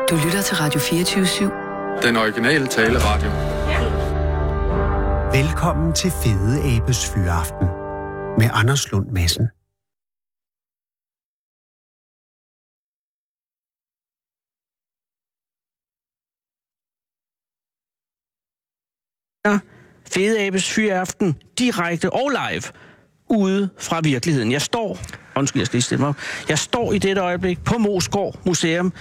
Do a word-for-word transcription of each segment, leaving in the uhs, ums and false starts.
Du lytter til Radio fireogtyve syv. Den originale taleradio. Velkommen til Fede Abes Fyraften med Anders Lund Madsen. Fede Abes Fyraften direkte og live ude fra virkeligheden. Jeg står, undskyld, jeg skal lige stille mig op. Jeg står i dette øjeblik på Moesgaard Museum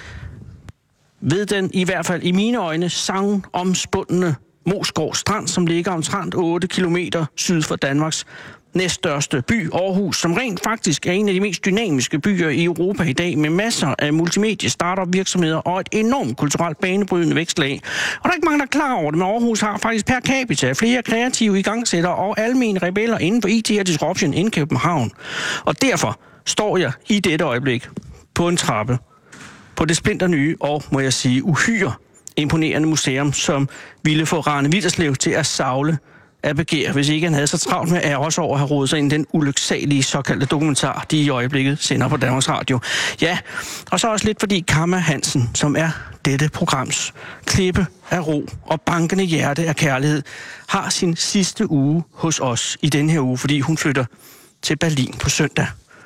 ved den, i hvert fald i mine øjne, sagnomspundne Moesgaard Strand, som ligger omtrent otte kilometer syd for Danmarks næststørste by, Aarhus, som rent faktisk er en af de mest dynamiske byer i Europa i dag, med masser af multimedie, startup virksomheder og et enormt kulturelt banebrydende vækstlag. Og der er ikke mange, der er klar over det, men Aarhus har faktisk per capita flere kreative igangsættere og almene rebeller inden for I T og disruption end København. Og derfor står jeg i dette øjeblik på en trappe på det splinternye og, må jeg sige, uhyre imponerende museum, som ville få Rane Willerslev til at savle af begær, hvis ikke han havde så travlt med at også over at have rodet sig ind i den ulyksalige såkaldte dokumentar, de i øjeblikket sender på Danmarks Radio. Ja, og så også lidt fordi Kamma Hansen, som er dette programs klippe af ro og bankende hjerte af kærlighed, har sin sidste uge hos os i den her uge, fordi hun flytter til Berlin på søndag.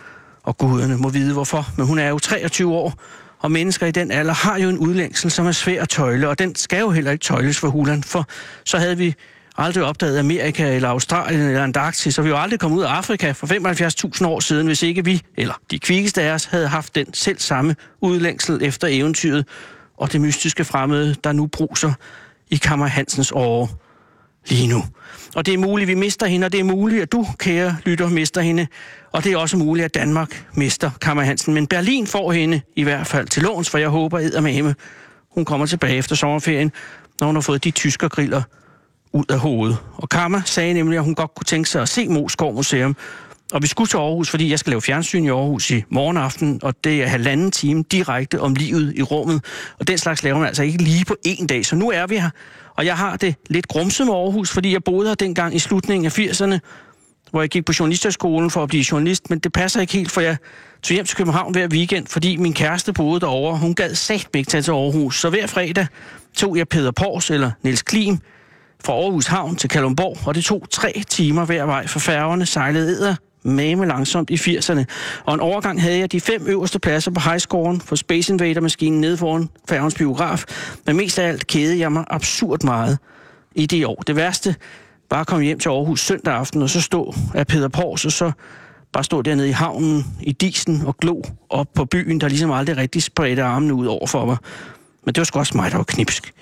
Og guderne må vide hvorfor, men hun er jo treogtyve år, og mennesker i den alder har jo en udlængsel, som er svær at tøjle, og den skal jo heller ikke tøjles for hulen, for så havde vi aldrig opdaget Amerika eller Australien eller Antarktis, så vi jo aldrig kommet ud af Afrika for femoghalvfjerds tusind år siden, hvis ikke vi, eller de kvikkeste af os, havde haft den selv samme udlængsel efter eventyret og det mystiske fremmede, der nu bruser i Kamma Hansens åre lige nu. Og det er muligt, vi mister hende, og det er muligt, at du, kære lytter, mister hende, og det er også muligt, at Danmark mister Kamma Hansen. Men Berlin får hende i hvert fald til låns, for jeg håber eddermame, hun kommer tilbage efter sommerferien, når hun har fået de tyskergriller ud af hovedet. Og Kamma sagde nemlig, at hun godt kunne tænke sig at se Moesgaard Museum. Og vi skulle til Aarhus, fordi jeg skal lave fjernsyn i Aarhus i morgenaften, og det er halvanden time direkte om livet i rummet. Og den slags laver man altså ikke lige på én dag. Så nu er vi her, og jeg har det lidt grumset med Aarhus, fordi jeg boede her dengang i slutningen af firserne, hvor jeg gik på journalisterskolen for at blive journalist, men det passer ikke helt, for jeg tog hjem til København hver weekend, fordi min kæreste boede derovre. Hun gad satme ikke tage til Aarhus, så hver fredag tog jeg Peder Pors eller Niels Klim fra Aarhus Havn til Kalundborg, og det tog tre timer hver vej, for færgerne sejlede edder mame langsomt i firserne. Og en overgang havde jeg de fem øverste pladser på highscoren for Space Invader-maskinen nede foran færgens biograf, men mest af alt kædede jeg mig absurd meget i det år. Det værste var at komme hjem til Aarhus søndag aften, og så stå af Peder Pors, og så bare stå dernede i havnen, i disen og glo op på byen, der ligesom aldrig rigtig spredte armene ud over for mig. Men det var sgu også mig, der var knipsk.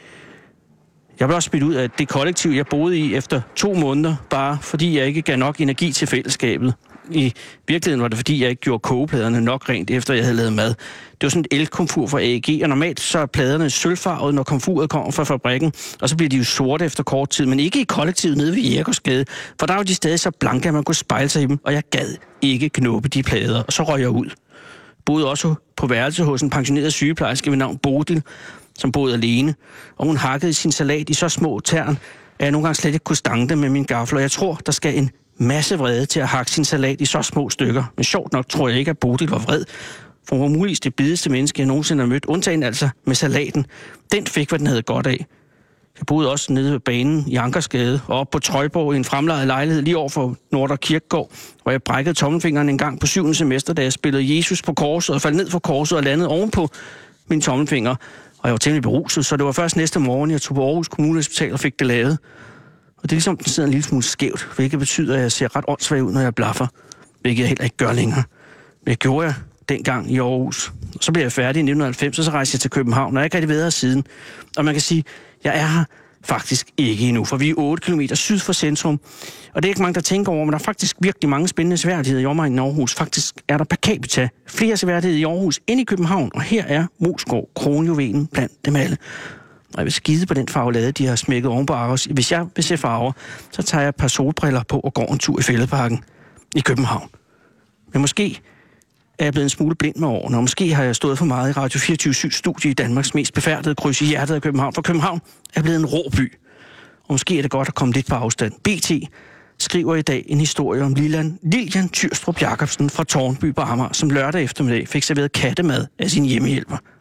Jeg blev også smidt ud af det kollektiv, jeg boede i efter to måneder, bare fordi jeg ikke gav nok energi til fællesskabet. I virkeligheden var det, fordi jeg ikke gjorde kogepladerne nok rent, efter jeg havde lavet mad. Det var sådan et elkomfur fra A E G, og normalt så er pladerne sølvfarvet, når komfuret kommer fra fabrikken, og så bliver de jo sorte efter kort tid, men ikke i kollektivet nede ved Jægersgade, for der var de stadig så blanke, at man kunne spejle sig i dem, og jeg gad ikke knuppe de plader, og så røg jeg ud. Boede også på værelse hos en pensioneret sygeplejerske ved navn Bodil, som boede alene, og hun hakkede sin salat i så små tern, at jeg nogle gange slet ikke kunne stange dem med min gaffel, og jeg tror, der skal en masse vrede til at hakke sin salat i så små stykker. Men sjovt nok tror jeg ikke, at Bodil var vred, for hun var muligvis det bideste menneske, jeg nogensinde har mødt, undtagen altså med salaten. Den fik, hvad den havde godt af. Jeg boede også nede ved banen i Ankersgade og oppe på Trøjborg i en fremlejet lejlighed lige over for Nordre Kirkegård, hvor jeg brækkede tommelfingeren en gang på syvende semester, da jeg spillede Jesus på korset og faldt ned fra korset og landede ovenpå mine tommelfinger. Og jeg var temmelig beruset, så det var først næste morgen, jeg tog på Aarhus Kommunehospital og fik det lavet. Og det er ligesom, den sidder en lille smule skævt, hvilket betyder, at jeg ser ret åndssvag ud, når jeg blaffer, hvilket jeg heller ikke gør længere. Men jeg gjorde jeg dengang i Aarhus. Og så blev jeg færdig i nitten halvfems, og så rejste jeg til København, og jeg har ikke rigtig været her siden. Og man kan sige, jeg er her faktisk ikke endnu, for vi er otte kilometer syd for centrum. Og det er ikke mange, der tænker over, men der er faktisk virkelig mange spændende seværdigheder i omegnen i Aarhus. Faktisk er der per capita flere seværdigheder i Aarhus end i København, og her er Moesgaard kronjuvelen blandt dem alle. Og jeg vil skide på den farvelade, de har smækket oven på Aarhus. Hvis jeg vil se farver, så tager jeg et par solbriller på og går en tur i Fælledparken i København. Men måske er jeg blevet en smule blind med årene, og måske har jeg stået for meget i Radio fireogtyve syv studie i Danmarks mest befærdede kryds i hjertet af København, for København er blevet en rå by. Og måske er det godt at komme lidt på afstand. B T skriver i dag en historie om Lilian, Lilian Tyrstrup Jacobsen fra Tårnby på Amager, som lørdag eftermiddag fik serveret kattemad af sin hjemmehjælper.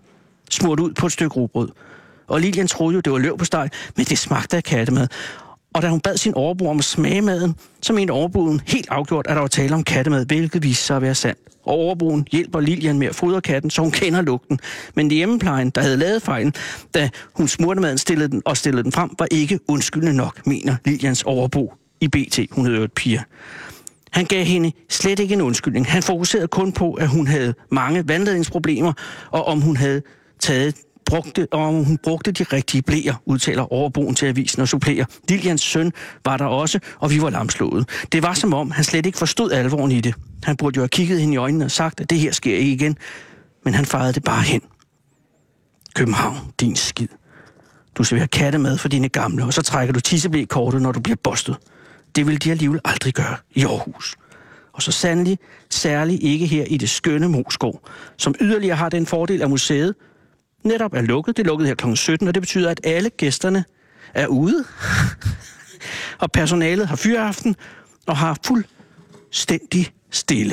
smurt ud på et stykke rugbrød. Og Lilian troede jo, det var løvpostej, men det smagte af kattemad. Og da hun bad sin overbo om at smage maden, så mente overboen helt afgjort, at der var tale om kattemad, hvilket viste sig at være sandt. Og overboen hjælper Lilian med at fodre katten, så hun kender lugten. Men hjemmeplejen, der havde lavet fejlen, da hun smurte maden stillede den og stillede den frem, var ikke undskyldende nok, mener Lilians overbo i B T. Hun hedder et Pia. Han gav hende slet ikke en undskyldning. Han fokuserede kun på, at hun havde mange vandladningsproblemer, og om hun havde taget brugte, og om hun brugte de rigtige blæer, udtaler overboen til avisen og supplerer. Lilians søn var der også, og vi var lamslået. Det var som om, han slet ikke forstod alvoren i det. Han burde jo have kigget hende i øjnene og sagt, at det her sker ikke igen. Men han fejrede det bare hen. København, din skid. Du skal være kattemad for dine gamle, og så trækker du tisseblæ-kortet, når du bliver bustet. Det vil de alligevel aldrig gøre i Aarhus. Og så sandelig, særligt ikke her i det skønne Moskov, som yderligere har den fordel af museet, netop er lukket. Det er lukket her klokken sytten, og det betyder, at alle gæsterne er ude. Og personalet har fyraften og har fuldstændig stille.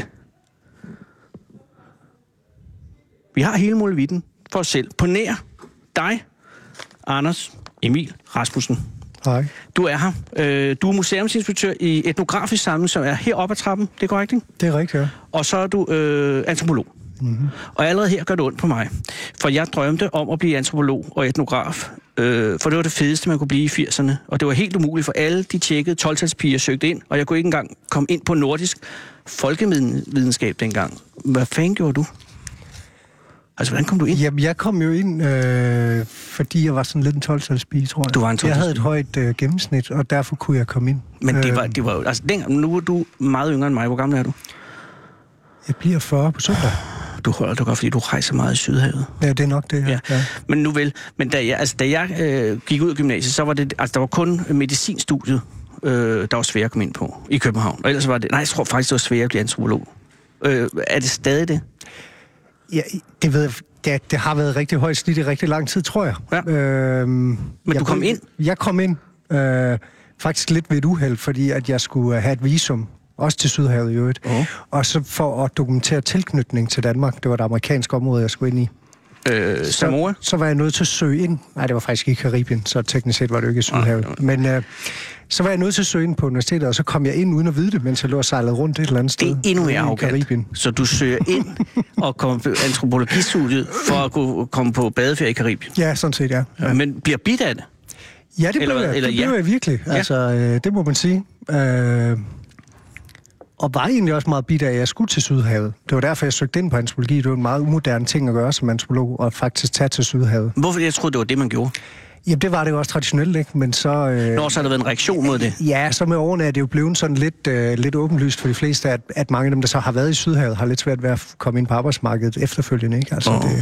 Vi har hele muligheden for os selv. På nær dig, Anders Emil Rasmussen. Hej. Du er her. Øh, du er museumsinspektør i etnografisk samling, som er heroppe ad trappen. Det er korrekt, ikke? Det er rigtigt, ja. Og så er du øh, antropolog. Mm-hmm. Og allerede her gør det ondt på mig. For jeg drømte om at blive antropolog og etnograf. Øh, for det var det fedeste, man kunne blive i firserne. Og det var helt umuligt, for alle de tjekkede tolv-talspiger søgte ind. Og jeg kunne ikke engang komme ind på nordisk folkevidenskab dengang. Hvad fanden gjorde du? Altså, hvordan kom du ind? Jamen, jeg kom jo ind, øh, fordi jeg var sådan lidt en tolv-talspige, tror jeg. Du var en tolv-talspige? Jeg havde et højt øh, gennemsnit, og derfor kunne jeg komme ind. Men det var, det var jo... Altså, dengang, nu er du meget yngre end mig. Hvor gammel er du? Jeg bliver fyrre på søndag. Du holder det godt, fordi du rejser meget i Sydhavet. Ja, det er nok det, ja. ja. Men nu vel, men da jeg, altså, da jeg øh, gik ud af gymnasiet, så var det, altså, der var kun medicinstudiet, øh, der var svært at komme ind på i København. Og ellers var det, nej, jeg tror faktisk, det var svært at blive antropolog. Øh, er det stadig det? Ja, det ved jeg, det, det har været rigtig højt snit i rigtig lang tid, tror jeg. Ja. Øhm, men jeg du kom ind? Jeg kom ind, øh, faktisk lidt ved et uheld, fordi at jeg skulle have et visum. Også til Sydhavet i øvrigt. Uh-huh. Og så for at dokumentere tilknytning til Danmark. Det var det amerikanske område, jeg skulle ind i. Øh, Samoa? Så, så var jeg nødt til at søge ind. Nej, det var faktisk i Karibien, så teknisk set var det jo ikke i Sydhavet. Uh-huh. Men øh, så var jeg nødt til at søge ind på universitetet, og så kom jeg ind uden at vide det, mens jeg lå og sejlede rundt et eller andet sted. Det er endnu mere arrogant. Så du søger ind og kommer på antropologistudiet for at kunne komme på badeferie i Karibien? Ja, sådan set, ja. ja. Men bliver bidt af det? Ja, det blev eller, jeg, eller, det ja. blev jeg virkelig. Ja. Altså, øh, det må man sige. Øh, Og var egentlig også meget bitter af, at jeg skulle til Sydhavet. Det var derfor, jeg søgte ind på antropologi. Det var en meget umoderne ting at gøre som antropolog, og faktisk tage til Sydhavet. Hvorfor? Jeg troede, det var det, man gjorde. Jamen, det var det jo også traditionelt, ikke? Men så... Øh, Nå, så har der været en reaktion mod det? Ja, så med årene er det jo blevet sådan lidt, øh, lidt åbenlyst for de fleste, at, at mange af dem, der så har været i Sydhavet, har lidt svært ved at komme ind på arbejdsmarkedet efterfølgende, ikke? Altså, oh. det,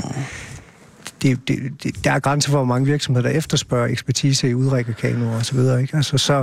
det, det, det, der er grænser for, hvor mange virksomheder, der efterspørger ekspertise i udrækkerkanoer og så videre, ikke? Altså, så...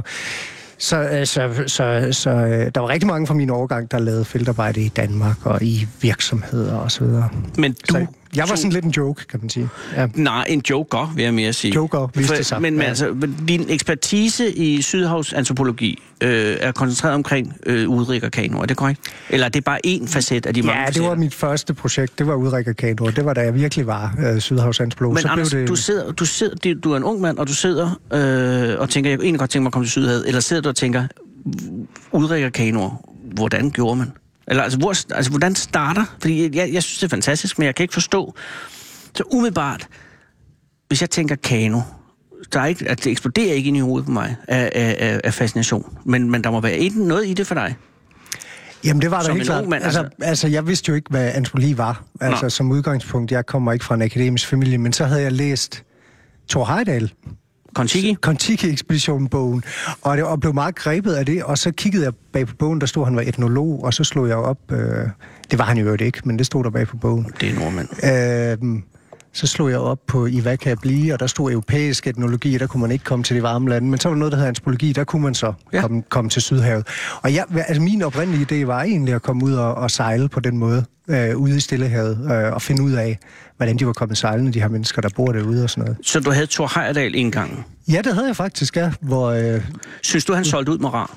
Så, så, så, så der var rigtig mange fra min årgang, der lavede feltarbejde i Danmark og i virksomheder og så videre. Men du... Så jeg var sådan lidt en joke, kan man sige. Ja. Nej, en joker, vil jeg mere sige. Joker, viste det sig. Men, men ja. altså, din ekspertise i sydhavsantropologi øh, er koncentreret omkring øh, udrækkerkanoer, er det korrekt? Eller er det bare én facet af de mange Ja, facetter? det var mit første projekt, det var udrækkerkanoer. Det var da jeg virkelig var øh, sydhavsantropolog. Men så Anders, det... du, sidder, du, sidder, du er en ung mand, og du sidder øh, og tænker, jeg kunne egentlig godt tænke mig at komme til Sydhavet, eller sidder du og tænker, udrækkerkanoer, hvordan gjorde man? Eller altså, hvor, altså hvordan starter? Fordi jeg, jeg synes, det er fantastisk, men jeg kan ikke forstå. Så umiddelbart, hvis jeg tænker kano, der er ikke, at det eksploderer ikke ind i hovedet på mig af, af, af fascination. Men, men der må være et, noget i det for dig. Jamen, det var der som helt klart. Mand, altså, altså... altså, jeg vidste jo ikke, hvad antropologi var. Altså, Nå. Som udgangspunkt, jeg kommer ikke fra en akademisk familie, men så havde jeg læst Thor Heyerdahl. Kon-Tiki? Kon-Tiki-ekspeditionen-bogen. Og det og blev meget grebet af det, og så kiggede jeg bag på bogen, der stod, han var etnolog, og så slog jeg op. Øh, det var han jo ikke, men det stod der bag på bogen. Det er nordmand. Øh, så slog jeg op på, i hvad kan jeg blive, og der stod europæisk etnologi, der kunne man ikke komme til de varme lande, men så var der noget, der hedder antropologi, der kunne man så ja. komme, komme til Sydhavet. Og jeg, altså min oprindelige idé var egentlig at komme ud og, og sejle på den måde, øh, ude i Stillehavet, øh, og finde ud af, hvordan de var kommet sejlende, de her mennesker, der bor derude og sådan noget. Så du havde Thor Heyerdahl en gang? Ja, det havde jeg faktisk, ja. Hvor, øh, Synes du, han solgte ud med rar?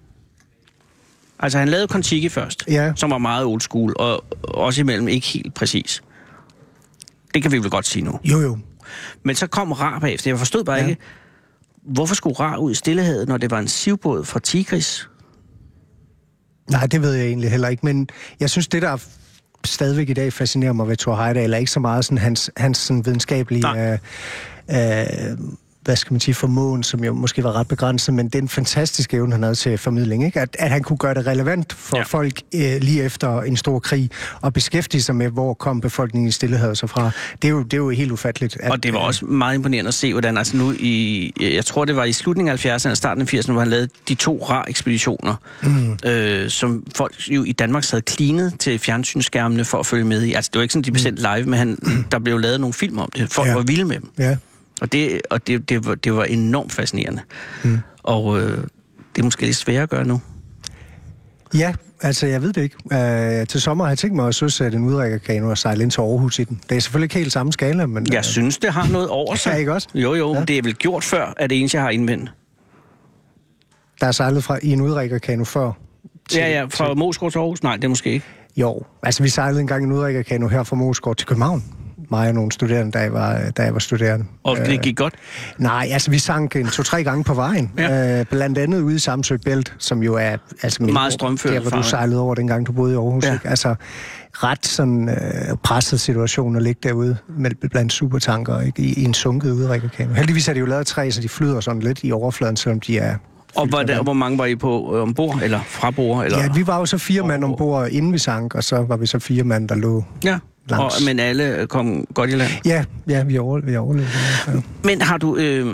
Altså, han lavede Kon-Tiki først, ja. som var meget old school, og også imellem ikke helt præcis. Det kan vi vel godt sige nu. Jo, jo. Men så kom Rar bagefter. Jeg forstod bare Ja. ikke, hvorfor skulle Rar ud i Stillehavet, når det var en sivbåd fra Tigris? Nej, det ved jeg egentlig heller ikke, men jeg synes, det der stadigvæk i dag fascinerer mig ved Thor Heyerdahl, er ikke så meget sådan hans, hans sådan videnskabelige... Øh, øh, hvad skal man sige, formåen, som jo måske var ret begrænset, men den fantastiske evne, han havde til formidling, ikke? At, at han kunne gøre det relevant for ja. folk øh, lige efter en stor krig, og beskæftige sig med, hvor kom befolkningen i Stillehavet så fra. Det er jo, det er jo helt ufatteligt. At, og det var også meget imponerende at se, hvordan altså nu i, jeg tror det var i slutningen af halvfjerdserne og starten af firserne, hvor han lavede de to Rar-ekspeditioner, mm. øh, som folk jo i Danmark sad klinet til fjernsynsskærmene for at følge med i. Altså det var ikke sådan, de blev sendt live, men han, der blev lavet nogle film om det. Folk ja. var vilde med dem. Ja. Og, det, og det, det, var, det var enormt fascinerende. Mm. Og øh, det er måske lidt sværere at gøre nu. Ja, altså jeg ved det ikke. Uh, til sommer har jeg tænkt mig at søsætte en udrækkerkano og sejle ind til Aarhus i den. Det er selvfølgelig ikke helt samme skala, men... Jeg uh, synes, det har noget over sig. Ja, ikke også? Jo, jo, ja. Det er vel gjort før, at det eneste, jeg har indvendt. Der er sejlet fra, i en udrækkerkano før? Til, ja, ja, fra til... Moesgaard til Aarhus? Nej, det er måske ikke. Jo, altså vi sejlede engang en udrækkerkano her fra Moesgaard til København. Mig og nogle studerende, da jeg var, da jeg var studerende. Og det gik godt? Øh, nej, altså vi sank en to-tre gange på vejen. Ja. Øh, blandt andet ude i Samsø Bælt, som jo er... Altså, meget strømført. Der, hvor du sejlede over, dengang du boede i Aarhus. Ja. Ikke? Altså ret sådan øh, presset situation at ligge derude med, blandt supertanker, ikke? I, i en sunket udrækkerkano. Heldigvis er det jo lavet træ, så de flyder sådan lidt i overfladen, selvom de er... Og hvor, der, hvor mange var I på øh, ombord, eller fra bord? Eller? Ja, vi var jo så fire mand ombord, inden vi sank, og så var vi så fire mand, der lå... Ja. Og, men alle kom godt i land? Ja, ja vi, over, vi overlevede. Ja. Men har du... Øh...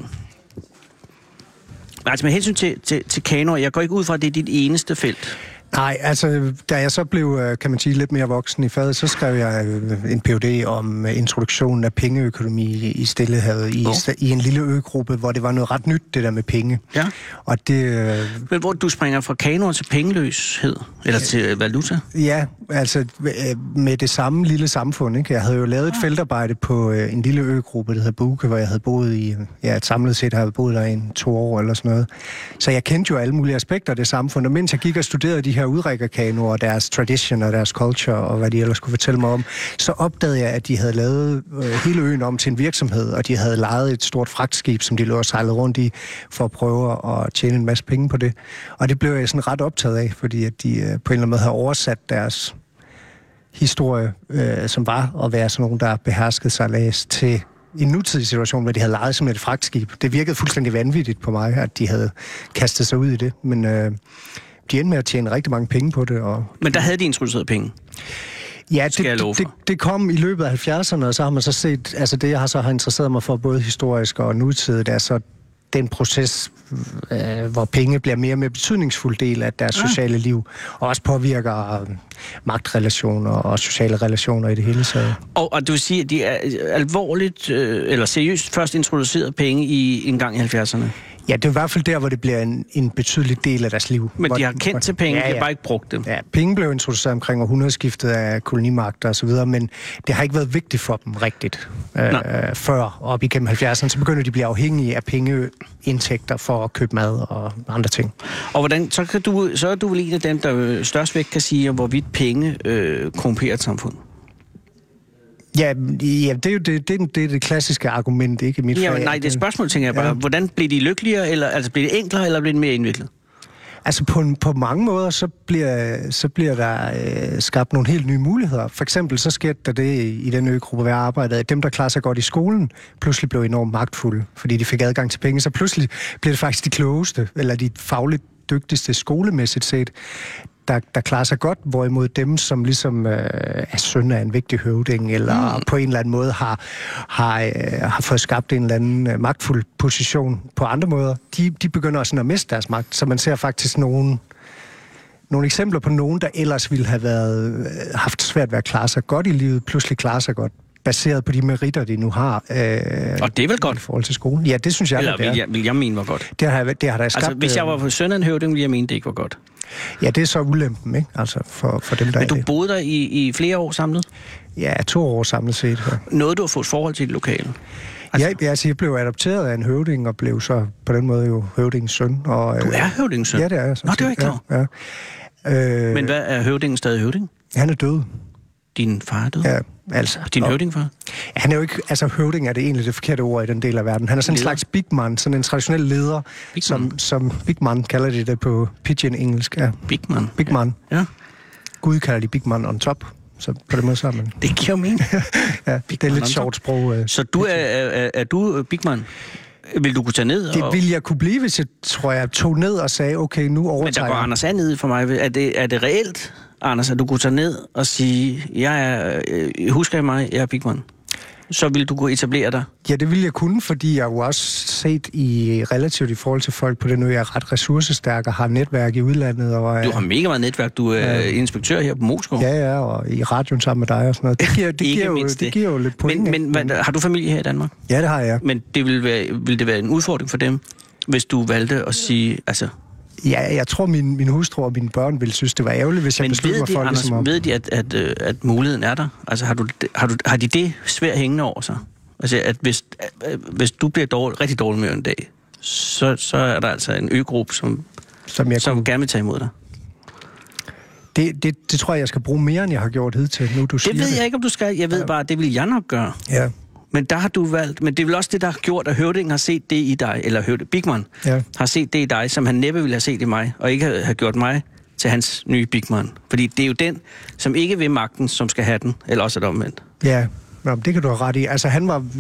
Altså med hensyn til, til, til kanoer, jeg går ikke ud fra, at det er dit eneste felt. Nej, altså, da jeg så blev, kan man sige, lidt mere voksen i faget, så skrev jeg en P H D om introduktionen af pengeøkonomi i Stillehavet, i, oh. i en lille øgruppe, hvor det var noget ret nyt, det der med penge. Ja. Og det... Men hvor du springer fra kanoer til pengeløshed, eller ja, til valuta? Ja, altså med det samme lille samfund, ikke? Jeg havde jo lavet et feltarbejde på en lille øgruppe, der hedder Buke, hvor jeg havde boet i, ja, samlet set har jeg boet der i en to år eller sådan noget. Så jeg kendte jo alle mulige aspekter af det samfund, og mens jeg gik og studerede de her udrækkerkanoer og deres tradition og deres culture og hvad de ellers skulle fortælle mig om, så opdagede jeg, at de havde lavet øh, hele øen om til en virksomhed, og de havde lejet et stort fragtskib, som de lå og sejlede rundt i, for at prøve at tjene en masse penge på det. Og det blev jeg sådan ret optaget af, fordi at de øh, på en eller anden måde havde oversat deres historie, øh, som var at være sådan nogen, der beherskede sejlads til en nutidig situation, hvor de havde lejet som et fragtskib. Det virkede fuldstændig vanvittigt på mig, at de havde kastet sig ud i det, men øh, de endte med at tjene rigtig mange penge på det. Og... Men der havde de introduceret penge? Ja, det, det, det kom i løbet af halvfjerdserne, og så har man så set, altså det, jeg har så har interesseret mig for, både historisk og nutidigt, er så den proces, øh, hvor penge bliver mere og mere betydningsfuld del af deres ja. sociale liv, og også påvirker øh, magtrelationer og sociale relationer i det hele taget. Og, og du vil sige, at de er alvorligt, øh, eller seriøst først introduceret penge i en gang i halvfjerdserne? Ja, det er i hvert fald der, hvor det bliver en, en betydelig del af deres liv. Men hvor, de har kendt hvor, til penge, ja, ja. De har bare ikke brugt dem. Ja, penge blev introduceret omkring århundredeskiftet af kolonimagter og så videre, men det har ikke været vigtigt for dem rigtigt øh, før. Op igennem halvfjerdserne, så begynder de at blive afhængige af pengeindtægter for at købe mad og andre ting. Og hvordan, så, kan du, så er du vel en af dem, der størst væk kan sige, hvorvidt penge øh, korrumperer et samfund? Ja, ja, det er jo det, det, er det, er det klassiske argument, ikke mit ja, fag. Nej, det er et spørgsmål, tænker jeg bare. Ja. Hvordan bliver de lykkeligere, eller altså bliver det enklere, eller bliver det mere indviklet? Altså på, på mange måder, så bliver, så bliver der øh, skabt nogle helt nye muligheder. For eksempel så skete der det i den øgruppe, hvor jeg arbejdede, at dem, der klarer sig godt i skolen, pludselig blev enormt magtfulde, fordi de fik adgang til penge. Så pludselig blev det faktisk de klogeste, eller de fagligt dygtigste skolemæssigt set, Der, der klarer sig godt, hvorimod dem, som ligesom øh, er søn af en vigtig høvding, eller mm. på en eller anden måde har, har, øh, har fået skabt en eller anden øh, magtfuld position på andre måder, de, de begynder også sådan at miste deres magt. Så man ser faktisk nogle, nogle eksempler på nogen, der ellers ville have været, øh, haft svært ved at klare sig godt i livet, pludselig klarer sig godt, baseret på de meritter, de nu har. Øh, og det er vel godt? I forhold til skolen. Ja, det synes jeg, Eller, det er. Vil jeg, vil jeg mene var godt? Det har, det har der skabt... Altså, hvis jeg var søn af en høvding, ville jeg mene, det ikke var godt. Ja, det er så ulempen, ikke? Altså, for, for dem, der Men du det. boede der i, i flere år samlet? Ja, to år samlet set. Ja. Noget, du har fået forhold til det lokale? Altså... Ja, altså, jeg blev adopteret af en høvding, og blev så på den måde jo høvdingens søn. Og, du er høvdingens søn? Ja, det er jeg. Nå, det er ikke klar. Ja, ja. Øh, Men hvad er høvdingen stadig høvding? Han er død. din far er død? Ja, altså. Din og, høvdingfar? Han er jo ikke, altså høvding er det egentlig det forkerte ord i den del af verden. Han er sådan en Leder. slags big man, sådan en traditionel leder, Big som, man. som big man kalder de det på pidgin engelsk. Ja. Big man. Big man. Ja. Gud kalder de big man on top. Så på den måde så er man. Det giver jo mening. Ja, det er lidt sjovt sprog. Øh. Så du er, er, er du big man? Vil du kunne tage ned? Det og... ville jeg kunne blive, hvis jeg, tror jeg, tog ned og sagde, okay, nu overtager Men der går jeg. Anders And ned for mig. Er det, er det reelt, Anders, at du kunne tage ned og sige, jeg er, øh, husker jeg mig, jeg er big man? Så vil du kunne etablere dig? Ja, det ville jeg kunne, fordi jeg jo også set i relativt i forhold til folk på den ø, jeg er ret ressourcestærk og har netværk i udlandet. Og, Du har mega meget netværk. Du er ja. inspektør her på Moskov. Ja, ja, og i radioen sammen med dig og sådan noget. Det giver, det giver, jo, mindst det. det giver jo lidt point. Men, men hvad, har du familie her i Danmark? Ja, det har jeg. Men det vil, være, vil det være en udfordring for dem, hvis du valgte at sige, altså... Ja, jeg tror, min, min hustru og mine børn ville synes, det var ærgerligt, hvis jeg Men besluttede mig ved de, for Anders, ligesom at... ved de, at, at, at, at muligheden er der? Altså, har, du, har, du, har de det svært hængende over sig? Altså, at hvis, at, hvis du bliver dårlig, rigtig dårlig med en dag, så, så er der altså en øgruppe, som, som, jeg som kunne... gerne vil tage imod dig. Det, det, det tror jeg, jeg skal bruge mere, end jeg har gjort hidtil, nu du siger Det ved det. jeg ikke, om du skal. Jeg ved ja. bare, at det vil jeg nok gøre. Ja. Men der har du valgt, men det er vel også det, der har gjort, at høvdingen har set det i dig, eller høvding, Bigman, Ja. har set det i dig, som han næppe ville have set i mig, og ikke have gjort mig til hans nye Bigman. Fordi det er jo den, som ikke vil magten, som skal have den, eller også er det omvendt. Ja, Nå, det kan du have ret i. Altså, han var...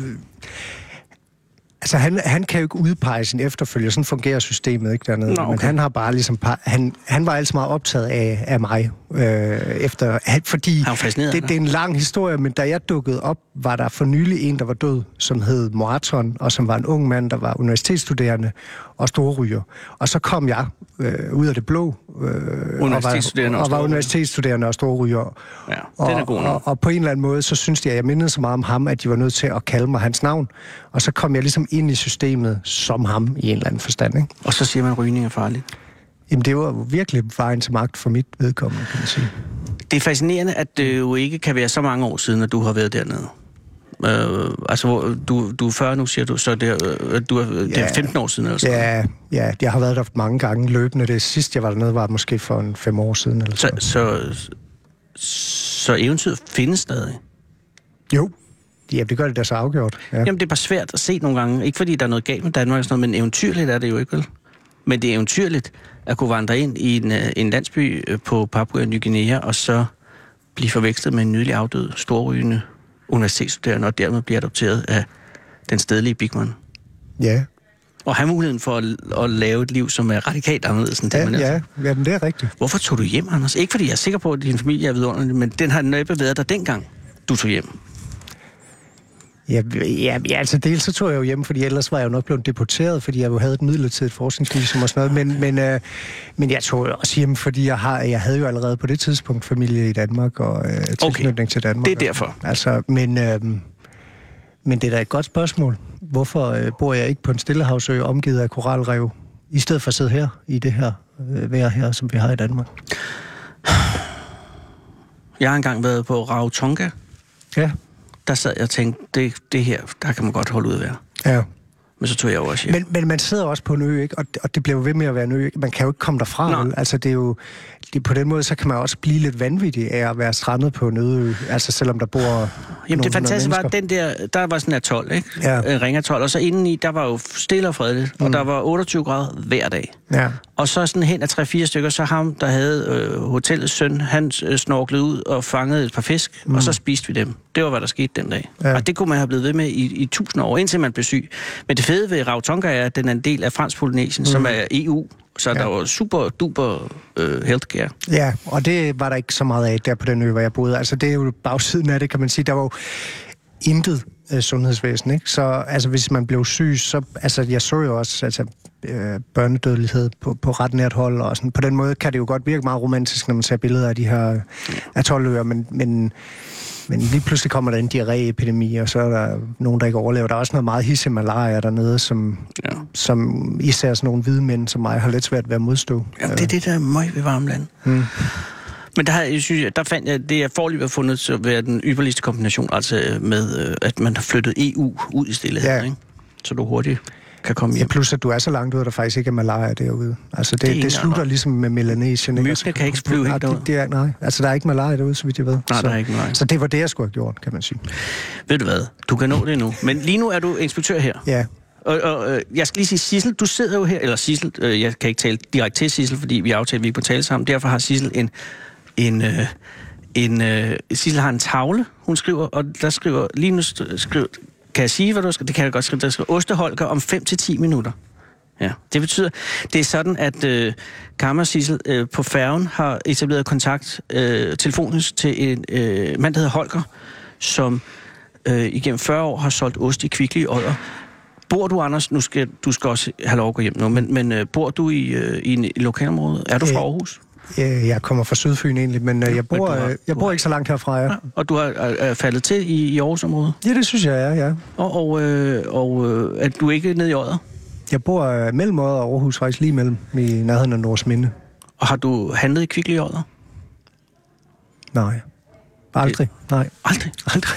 Altså, han, han kan jo ikke udpege sin efterfølger. Sådan fungerer systemet ikke dernede. Nå, okay. Men han har bare ligesom... Par, han, han var altid meget optaget af, af mig. Øh, efter, han, fordi Han var fascineret, det, det er en lang historie, men da jeg dukkede op, var der for nylig en, der var død, som hed Moaton, og som var en ung mand, der var universitetsstuderende og storryger. Og så kom jeg øh, ud af det blå. Øh, Universitetsstuderende og var, og og var storryger. universitetsstuderende og storryger. Ja, og, den er god nok. og, og på en eller anden måde, så synes jeg, at jeg mindede så meget om ham, at de var nødt til at kalde mig hans navn. Og så kom jeg ligesom ind i systemet som ham i en eller anden forstand, ikke? Og så siger man, at rygning er farligt. Jamen, det var jo virkelig vejen til magt for mit vedkommende, kan man sige. Det er fascinerende, at det jo ikke kan være så mange år siden, at du har været dernede. Øh, altså, hvor du, du er fyrre nu, siger du, så det er, øh, du er, det er femten år siden, eller sådan noget. Ja, ja, jeg har været der mange gange løbende. Det sidste, jeg var dernede, var måske for en fem år siden, eller Så, sådan. så, så eventyret findes stadig? Jo, ja, det gør det da så afgjort. Ja. Jamen, det er bare svært at se nogle gange. Ikke fordi der er noget galt med Danmark og sådan noget, men eventyrligt er det jo ikke, vel? Men det er eventyrligt at kunne vandre ind i en, en landsby på Papua Ny Guinea, og så blive forvekslet med en nydelig afdød, storrygende universitetsstuderende, og dermed blive adopteret af den stedlige Bigman. Ja, Og have muligheden for at, at lave et liv, som er radikalt anderledes end det, ja, man ja, ellers. ja, men det er rigtigt. Hvorfor tog du hjem, Anders? Ikke fordi jeg er sikker på, at din familie er vidunderlig, men den har næppe været der dengang, du tog hjem. Ja, ja, ja, altså dels så tog jeg jo hjem, fordi ellers var jeg jo nok blevet deporteret, fordi jeg jo havde et midlertidigt forskningsvisum og sådan noget, men, men, øh, men jeg tog jo også hjem, fordi jeg, har, jeg havde jo allerede på det tidspunkt familie i Danmark og øh, tilknytning okay. til Danmark. Det er derfor. Altså, men, øh, men det er da et godt spørgsmål. Hvorfor øh, bor jeg ikke på en stillehavsø omgivet af koralrev, i stedet for at sidde her, i det her øh, vejr her, som vi har i Danmark? Jeg har engang været på Rarotonga. Ja. Der sad jeg og tænkte, det, det her, der kan man godt holde ud at være. Ja. Men så tog jeg jo også hjem. Men, men man sidder også på en ø, ikke? Og, og det bliver jo ved med at være en ø. Man kan jo ikke komme derfra. Vel? Altså, det er jo... Det, på den måde, så kan man også blive lidt vanvittig af at være strandet på en øde ø. Altså, selvom der bor... Jamen, det fantastiske var, at den der... Der var sådan en atol, ikke? Ja. En ringatol. Og så indeni, der var jo stille og fredeligt. Mm. Og der var otteogtyve grader hver dag. Ja. Og så sådan hen af tre-fire stykker, så ham, der havde øh, hotellets søn, han øh, snorklede ud og fangede et par fisk. Mm. Og så spiste vi dem. Det var, hvad der skete den dag. Ja. Og det kunne man have blevet ved med i, i tusind år, indtil man blev syg. Men det fede ved Rarotonga er, at den er en del af Fransk Polynesien, mm. som er E U. Så ja. Der var super duper øh, healthcare. Ja, og det var der ikke så meget af der på den ø, hvor jeg boede. Altså, det er jo bagsiden af det, kan man sige. Der var jo intet øh, sundhedsvæsen, ikke? Så altså, hvis man blev syg, så... Altså, jeg så jo også altså, øh, børnedødelighed på, på ret nært hold, og sådan. På den måde kan det jo godt virke meget romantisk, når man ser billeder af de her atoløer, men... men Men lige pludselig kommer der en diarréepidemi, og så er der nogen, der ikke overlever. Der er også noget meget hisse malaria dernede, som, ja. som især sådan nogle hvide mænd som mig har lidt svært ved at modstå. Ja, det er det, der er møg ved varmland. Mm. Men der, jeg synes, der fandt jeg, det er foreløbig fundet at være den ypperligste kombination, altså med, at man har flyttet E U ud i stilleheden, ja. Ikke? Så du hurtigt kan komme Ja, hjem. plus at du er så langt ude, at der faktisk ikke er malaria derude. Altså det, Det er det, det slutter engang. ligesom med Melanesien. ikke? Myggene kan ikke flyve nej, helt det, derud. det er, nej, altså der er ikke malaria derude, så vidt jeg ved. Nej, så, der er ikke malaria. Så det var det, jeg skulle have gjort, kan man sige. Ved du hvad? Du kan nå det nu. Men lige nu er du inspektør her. Ja, Og, og øh, jeg skal lige sige, Sissel, du sidder jo her, eller Sissel, øh, jeg kan ikke tale direkte til Sissel, fordi vi aftalte, at vi ikke må tale sammen. Derfor har Sissel en, en, øh, en øh, Sissel har en tavle, hun skriver, og der skriver, lige nu st- skriver, kan jeg sige, hvad du skal? Det kan jeg godt skrive, der skriver Osteholger om fem til ti minutter. Ja, det betyder, det er sådan, at øh, Kammer Sissel øh, på færgen har etableret kontakt øh, telefonisk til en øh, mand, der hedder Holger, som øh, igennem fyrre år har solgt ost i Kvickly i Odder. Bor du, Anders, nu skal du skal også have lov at gå hjem nu, men, men øh, bor du i, øh, i en i lokalområde? Er du fra Aarhus? øh, jeg kommer fra Sydfyn egentlig, men øh, jeg bor, du har- øh, jeg du bor har- ikke så langt herfra, ja. Ja. Og du har er, er faldet til i, i Aarhus-området? Ja, det synes jeg er, ja. Og, og, øh, og øh, er du ikke nede i Odder? Jeg bor øh, mellem Odder og Aarhus, faktisk lige mellem, i nærheden af Nordsminde. Og har du handlet i Kvickly i Odder? Nej, aldrig, nej, Aldrig. aldrig.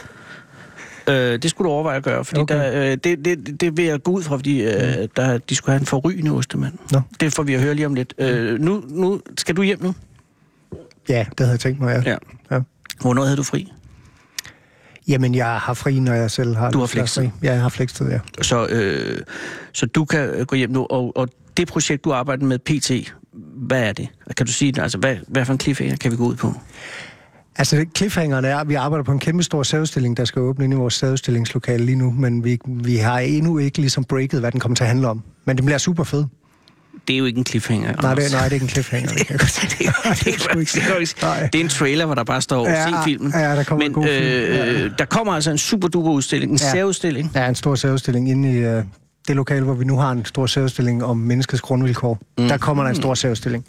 Øh, det skulle du overveje at gøre, fordi Okay. der, øh, det, det, det vil jeg gå ud fra, fordi øh, der, de skulle have en forrygende ostemand. Nå. Det får vi at høre lige om lidt. Øh, nu, nu skal du hjem nu? Ja, det havde jeg tænkt mig, ja. Ja. ja. Hvornår havde du fri? Jamen, jeg har fri, når jeg selv har... Du har lidt flextid? fri. Ja, jeg har flekstid, ja. Så, øh, så du kan gå hjem nu, og, og det projekt, du arbejder med P T, hvad er det? Kan du sige det? Altså, hvad, hvad for en cliffhanger kan vi gå ud på? Altså, cliffhangeren er, at vi arbejder på en kæmpe stor særudstilling, der skal åbne inde i vores særudstilingslokale lige nu, men vi, vi har endnu ikke ligesom breaket, hvad den kommer til at handle om. Men det bliver super fed. Det er jo ikke en cliffhanger. Nej, det, nej, det er ikke en cliffhanger. Det, kan jeg godt sige. det, det, det, sgu ikke. Nej. det er en trailer, hvor der bare står, Ja, se filmen. ja, der kommer Men en god film. øh, Ja. der kommer altså en super duper udstilling, en Ja. særudstilling. Der er en stor særudstilling inde i uh, det lokale, hvor vi nu har en stor særudstilling om menneskets grundvilkår. Mm. Der kommer der en stor særudstilling.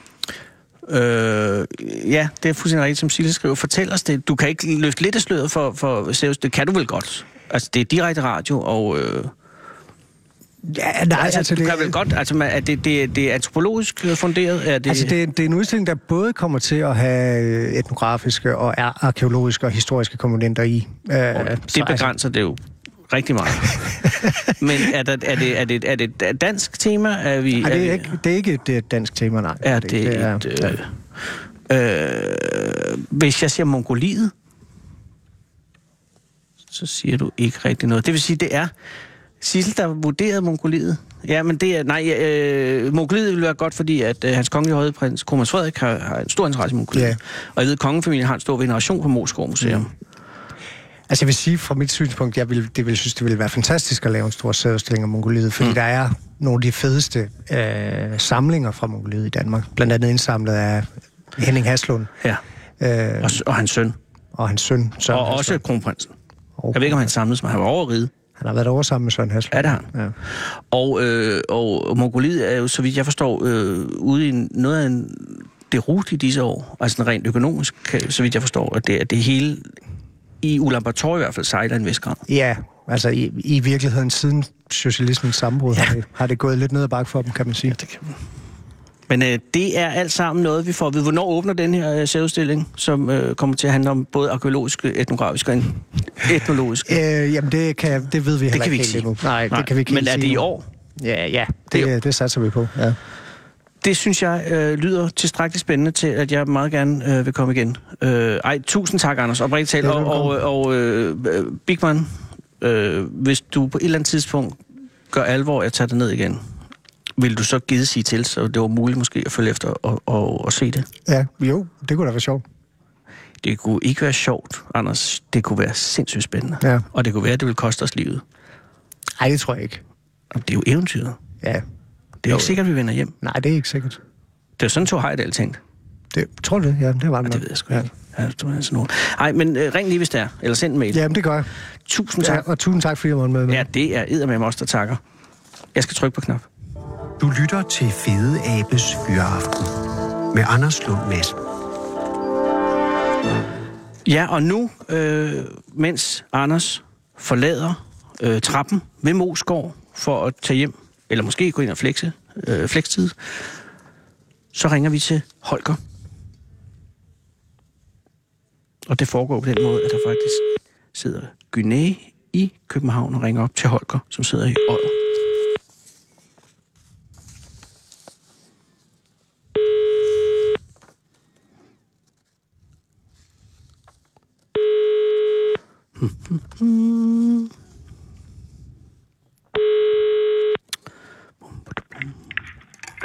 Øh, ja, det er fuldstændig rigtigt, som Sille skriver. Fortæl os det. Du kan ikke løfte lidt af sløret for, for seriøst. Det kan du vel godt. Altså, det er direkte radio, og... Øh, Ja, nej, altså, altså, du det, kan vel godt... Altså, er det, det, det er antropologisk funderet? Er det, altså det, det er en udstilling, der både kommer til at have etnografiske og ar- arkeologiske og historiske komponenter i. Uh, det begrænser det jo rigtig meget. Men er, der, er, det, er, det, er det et dansk tema? Er vi, Nej, det vi- er ikke, det er ikke et, et dansk tema, nej. Er det, det er, et... Øh, øh, hvis jeg siger Mongoliet, så siger du ikke rigtig noget. Det vil sige, det er Sissel, der vurderede Mongoliet. Ja, men det er... Nej, øh, Mongoliet vil være godt, fordi at øh, hans kongelige høje prins, Kronprins Frederik, har, har en stor interesse i Mongoliet. Ja. Og jeg ved, at kongefamilien har en stor veneration på Moskov Museum. Mm. Altså jeg vil sige, fra mit synspunkt, jeg vil, det vil synes, det ville være fantastisk at lave en stor særudstilling om Mongoliet, fordi mm. der er nogle af de fedeste øh, samlinger fra Mongoliet i Danmark. Blandt andet indsamlet af Henning Haslund Ja, øh, og, og hans søn. og hans søn Søren Og også Haslund. kronprinsen. Og Jeg ved ikke, om han samledes, men han var over at ride. Han har været over sammen med Søren Haslund. Ja, det har han. Ja. Og, øh, og Mongoliet er jo, så vidt jeg forstår, øh, ude i noget af en derut i disse år. Altså rent økonomisk, kan- så vidt jeg forstår, at det, at det hele i Ulaanbaatar i hvert fald sejler en vis grad. Ja, altså i, i virkeligheden siden socialismens sammenbrud ja. har, det, har det gået lidt ned ad bakke for dem, kan man sige. Det kan man. Men øh, det er alt sammen noget, vi får at vide. Hvornår åbner den her øh, særudstilling, som øh, kommer til at handle om både arkeologisk, etnografisk og etnologisk? Øh, jamen det, kan, det ved vi heller Det kan vi ikke ikke helt endnu. sige. Nej, Nej, det kan vi ikke men helt er sige det i nu. år? Ja, ja Det det, er jo- det, det satser vi på. Ja. Det synes jeg øh, lyder tilstrækkeligt spændende til, at jeg meget gerne øh, vil komme igen. Øh, ej, tusind tak, Anders, oprigtigt talt. Ja, Og, og, og øh, Bigman, øh, hvis du på et eller andet tidspunkt gør alvor at tage det ned igen, vil du så gide sige til, så det var muligt måske at følge efter og, og, og se det? Ja, jo, det kunne da være sjovt. Det kunne ikke være sjovt, Anders. Det kunne være sindssygt spændende. Ja. Og det kunne være, at det ville koste os livet. Nej, det tror jeg ikke. Og det er jo eventyret. Ja. Det er jo ikke sikkert, at vi vender hjem. Nej, det er ikke sikkert. Det er sådan, to Heidel tænkt. Det, tror du det? Ja, det var det Ja, det nok. ved jeg sgu Ja. ikke. Ja, det var sådan noget. Ej, men øh, ring lige, hvis det er. Eller send en mail. Jamen, det gør jeg. Tusind Ja, tak. og tusind tak, fordi jeg måtte med. Ja, det er eddermame os, der takker. Jeg skal trykke på knap. Du lytter til Fede Abes Fyraften med Anders Lund Madsen. Ja, og nu, øh, mens Anders forlader øh, trappen ved Moskov for at tage hjem, eller måske gå ind og flexe, øh, flekstid, så ringer vi til Holger. Og det foregår på den måde, at der faktisk sidder Gyné i København og ringer op til Holger, som sidder i Odder.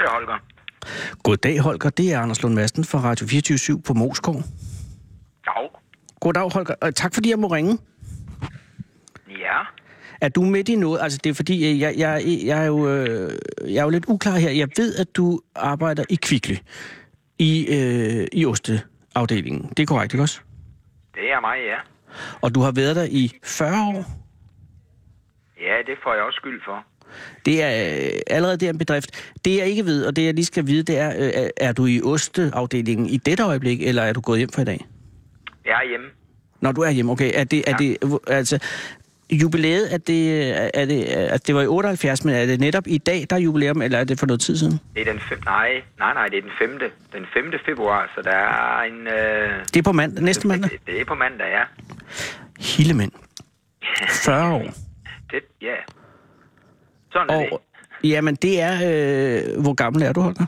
Holger. Goddag, Holger. Det er Anders Lund Madsen fra Radio fireogtyve syv på Moskov. Ja. Goddag, Holger. Og tak fordi jeg må ringe. Ja. Er du midt i noget? Altså, det er fordi, jeg, jeg, jeg, er, jo, øh, jeg er jo lidt uklar her. Jeg ved, at du arbejder i Kvickly, i, øh, i osteafdelingen. Det er korrekt, ikke også? Det er mig, ja. Og du har været der i fyrre år? Ja, det får jeg også skyld for. Det er øh, allerede der en bedrift. Det, jeg ikke ved, og det, jeg lige skal vide, det er, øh, er du i osteafdelingen i dette øjeblik, eller er du gået hjem for i dag? Jeg er hjemme. Når du er hjemme, okay. Er det, ja. er det altså... Jubilæet, at det, er det, at det var i otteoghalvfjerds, men er det netop i dag, der er jubilæum, eller er det for noget tid siden? Det er den fem... Nej, nej, nej, det er den femte. Den femte februar, så der er en... Øh... Det er på mandag, næste mandag? Det, det er på mandag, ja. Hildemænd. fyrre år. Det, ja. Sådan og, er det. Jamen, det er... Øh, hvor gammel er du, Holger?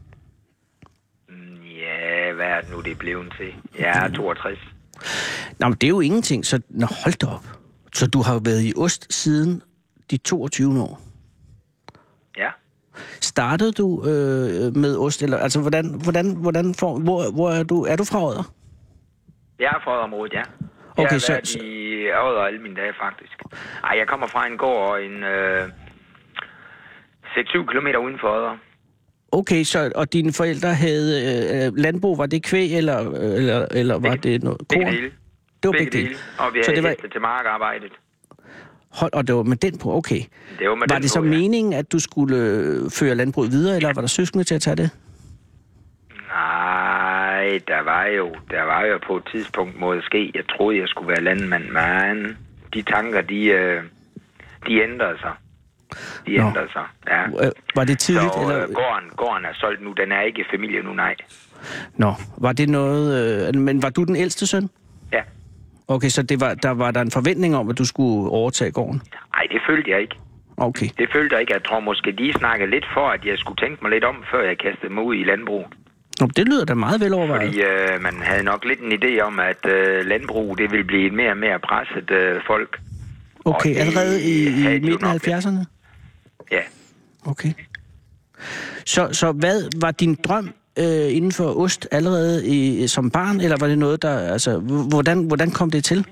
Ja, hvad er det nu, det er blevet til? Jeg er toogtres. Nå, men det er jo ingenting, så... Nå, hold da op. Så du har været i ost siden de toogtyve år? Ja. Startede du øh, med ost, eller altså hvordan, hvordan, hvordan får, hvor, hvor er du, er du fra Odder? Jeg er fra Odderområdet, ja. Okay, jeg har så, været så... i Odder alle mine dage, faktisk. Ej, jeg kommer fra en gård og en øh, seks syv kilometer uden for Odder. Okay, så, og dine forældre havde øh, landbrug, var det kvæg, eller, eller, eller var begge, det noget korn? Begge dele. Det var begge, begge dele. Og vi havde var... heste til markarbejdet. Hold, og det var med den på, okay. Det var med var den det så på, ja. meningen, at du skulle øh, føre landbruget videre, eller var der søskende til at tage det? Nej, der var jo, der var jo på et tidspunkt måske, jeg troede, jeg skulle være landmand, men de tanker, de, øh, de ændrede sig. De Nå. ændrede sig, ja. Øh, var det tidligt? Så eller? Øh, gården, gården er solgt nu, den er ikke familie nu, nej. Nå, var det noget... Øh, men var du den ældste søn? Ja. Okay, så det var, der var der en forventning om, at du skulle overtage gården? Nej, det følte jeg ikke. Okay. Det følte jeg ikke. Jeg tror måske, de snakkede lidt for, at jeg skulle tænke mig lidt om, før jeg kastede mig ud i landbrug. Nå, det lyder da meget velovervejet. Fordi øh, man havde nok lidt en idé om, at øh, landbrug, det ville blive et mere og mere presset øh, folk. Okay, det, allerede i, i midten af halvfjerdserne? Ja. Okay. Så, så hvad var din drøm øh, inden for ost allerede i, som barn, eller var det noget, der... Altså, hvordan, hvordan kom det til?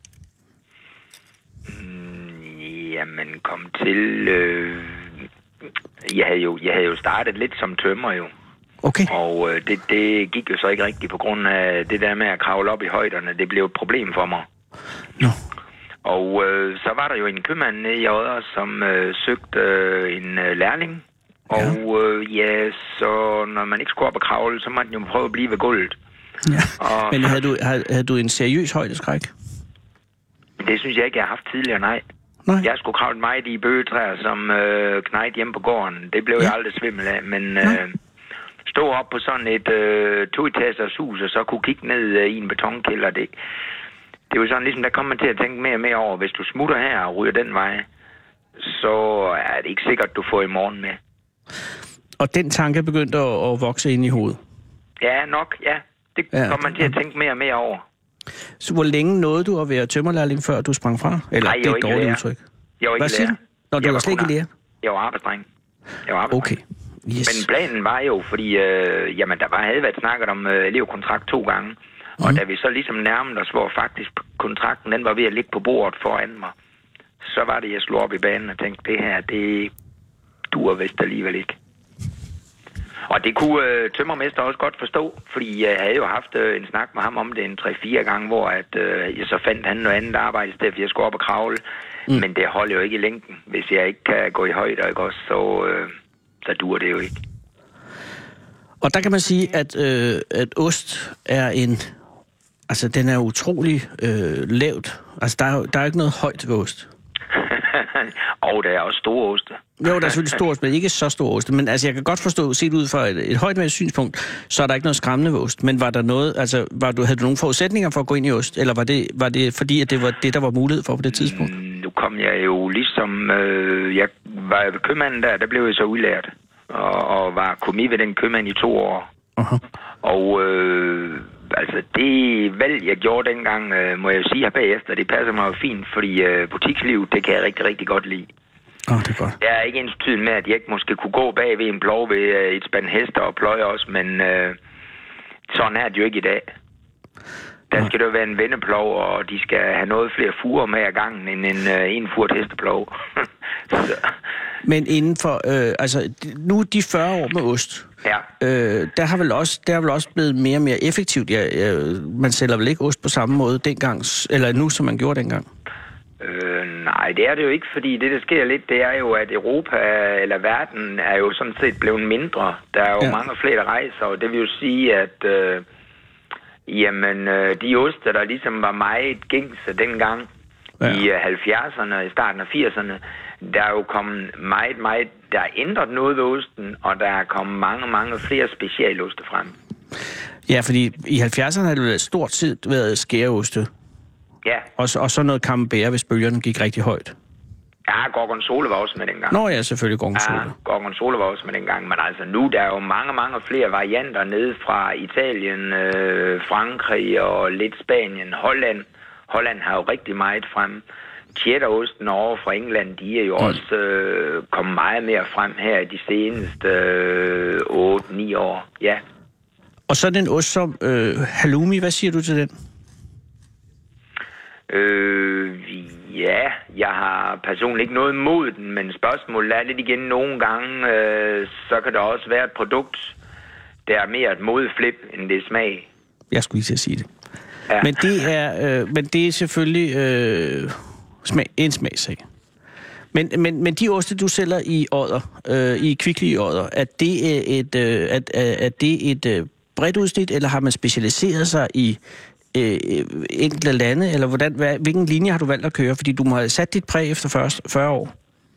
Mm, jamen, kom til... Øh, jeg, havde jo, jeg havde jo startet lidt som tømrer jo. Okay. Og øh, det, det gik jo så ikke rigtigt på grund af det der med at kravle op i højderne. Det blev et problem for mig. Nå. Og øh, så var der jo en købmand nede i Odder, som øh, søgte øh, en øh, lærling. Ja. Og øh, ja, så når man ikke skulle op og kravle, så måtte man jo prøve at blive ved gulvet. Ja. Og Men så, havde du, havde, havde du en seriøs højdeskræk? det synes jeg ikke, jeg har haft tidligere, nej. Nej. Jeg skulle kravle meget i bøgetræer, som øh, knejt hjemme på gården. Det blev ja. jeg aldrig svimmel af, men... Øh, stå op på sådan et øh, to-etagers hus, og så kunne kigge ned øh, i en betonkælder. Det, det er jo sådan, ligesom, der kommer man til at tænke mere og mere over. Hvis du smutter her og ryger den vej, så er det ikke sikkert, du får i morgen med. Og den tanke begyndte at, at vokse ind i hovedet? Ja, nok, ja. Det ja. kommer man til at tænke mere og mere over. Så hvor længe nåede du at være tømmerlærling, før du sprang fra? Eller Ej, det er et dårligt udtryk. Jeg var ikke Hvad siger du? Nå, du var slet ikke lærer? Jeg var arbejdsdreng. Jeg var arbejdsdreng. Okay. Yes. Men planen var jo, fordi øh, jamen, der var, havde været snakket om øh, elevkontrakt to gange. Mm. Og da vi så ligesom nærmede os, hvor faktisk kontrakten den var ved at ligge på bordet foran mig, så var det, jeg slog op i banen og tænkte, det her, det duer vist alligevel ikke. Og det kunne øh, tømmermester også godt forstå, fordi jeg havde jo haft øh, en snak med ham om det en tre-fire gange, hvor at, øh, jeg så fandt han noget andet arbejde, i stedet for jeg skulle op og kravle. Mm. Men det holder jo ikke i længden. Hvis jeg ikke kan gå i højde, ikke også, så... Øh, så duer det jo ikke. Og der kan man sige, at, øh, at ost er en... Altså, den er utrolig øh, lavt. Altså, der er, der er ikke noget højt ved ost. Og der er også store oste. Jo, der er selvfølgelig store ost, men ikke så store oste. Men altså, jeg kan godt forstå, set ud fra et, et højtmæssigt synspunkt, så er der ikke noget skræmmende ved ost. Men var der noget... Altså, var du, havde du nogle forudsætninger for at gå ind i ost? Eller var det, var det fordi, at det var det, der var mulighed for på det tidspunkt? Mm, nu kom jeg jo ligesom... Øh, jeg var ved købmanden der, der blev jeg så udlært. Og, og var kommet ved den købmand i to år. Uh-huh. Og øh, altså det valg, jeg gjorde dengang, øh, må jeg jo sige her bagefter, det passer mig jo fint, fordi øh, butikslivet, det kan jeg rigtig, rigtig godt lide. Åh, oh, det er godt. Jeg er ikke ens tiden med, at jeg ikke måske kunne gå bag ved en plov ved et spand hester og pløje også, men øh, sådan er det jo ikke i dag. Der skal der være en vendeplov, og de skal have noget flere furer med ad gangen end en uh, en furt hesteplov. Men inden for, øh, altså nu de fyrre år med ost, ja. øh, der har vel også, der er vel også blevet mere og mere effektivt. Ja, ja, man sælger vel ikke ost på samme måde dengang, eller nu, som man gjorde dengang? Øh, nej, det er det jo ikke, fordi det, der sker lidt, det er jo, at Europa eller verden er jo sådan set blevet mindre. Der er jo ja. mange flere, der rejser, og det vil jo sige, at øh, jamen, øh, de oster, der ligesom var meget gængse dengang ja. i øh, halvfjerdserne, i starten af firserne, der er jo kommet meget, meget, der er ændret noget ved osten, og der er kommet mange, mange flere specialoste frem. Ja, fordi i halvfjerdserne har det været stort set været skæreoste. Ja. Og, og så noget camembert, hvis bølgerne gik rigtig højt. Ja, gorgonzola var også med dengang. Nå ja, selvfølgelig gorgonzola. Ja, gorgonzola var også med dengang, men altså nu der er jo mange, mange flere varianter nede fra Italien, øh, Frankrig og lidt Spanien, Holland. Holland har jo rigtig meget frem. Cheddarosten over fra England, de er jo mm. også øh, kommet meget mere frem her i de seneste øh, otte ni år. Ja. Og så den ost som øh, halloumi, hvad siger du til den? Øh, ja, jeg har personligt ikke noget imod den, men spørgsmålet er lidt igen nogle gange, øh, så kan der også være et produkt, der er mere et modeflip, end det er smag. Jeg skulle lige til at sige det. Ja. Men det er, øh, men det er selvfølgelig øh, smag, en smagsag. Men, men, men de oste, du sælger i Odder, øh, i Kvickly i Odder, er det et, øh, at, er det et øh, bredt udsnit, eller har man specialiseret sig i øh, enkelte lande, eller hvordan, hvad, hvilken linje har du valgt at køre? Fordi du må have sat dit præg efter fyrre år.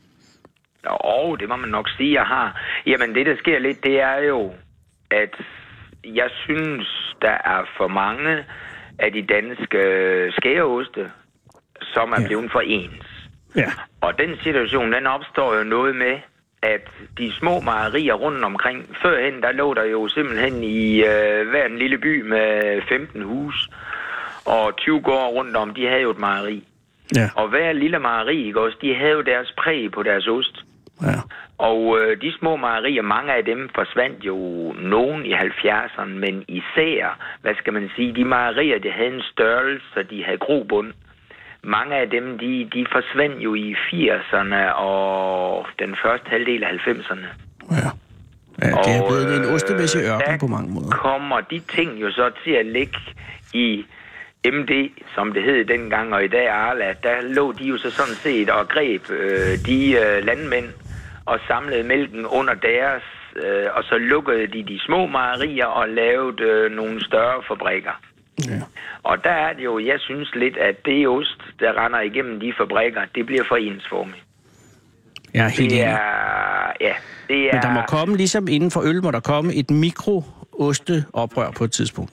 Jo, det må man nok sige, jeg har. Jamen, det der sker lidt, det er jo, at jeg synes, der er for mange af de danske skæreoste, som er ja. blevet for ens. Ja. Og den situation, den opstår jo noget med, at de små mejerier rundt omkring, førhen, der lå der jo simpelthen i øh, hver en lille by med femten hus, og tyve gårde rundt om, de havde jo et mejeri. Ja. Og hver lille mejeri, ikke også, de havde jo deres præg på deres ost. Ja. Og øh, de små mejerier, mange af dem forsvandt jo nogen i halvfjerdserne, men især, hvad skal man sige, de mejerier, de havde en størrelse, så de havde grobund. Mange af dem, de, de forsvandt jo i firserne og den første halvdel af halvfemserne. Ja. Ja, det er blevet en ostemæssig ørken på mange måder. Kommer de ting jo så til at ligge i M D, som det hed dengang, og i dag Arla, der lå de jo så sådan set og greb øh, de øh, landmænd og samlede mælken under deres, øh, og så lukkede de de små mejerier og lavede øh, nogle større fabrikker. Ja. Og der er det jo, jeg synes lidt, at det ost, der render igennem de fabrikker, det bliver for ensformigt. Ja, helt det er, ja, det er... Men der må komme, ligesom inden for øl, må der komme et mikro-osteoprør på et tidspunkt.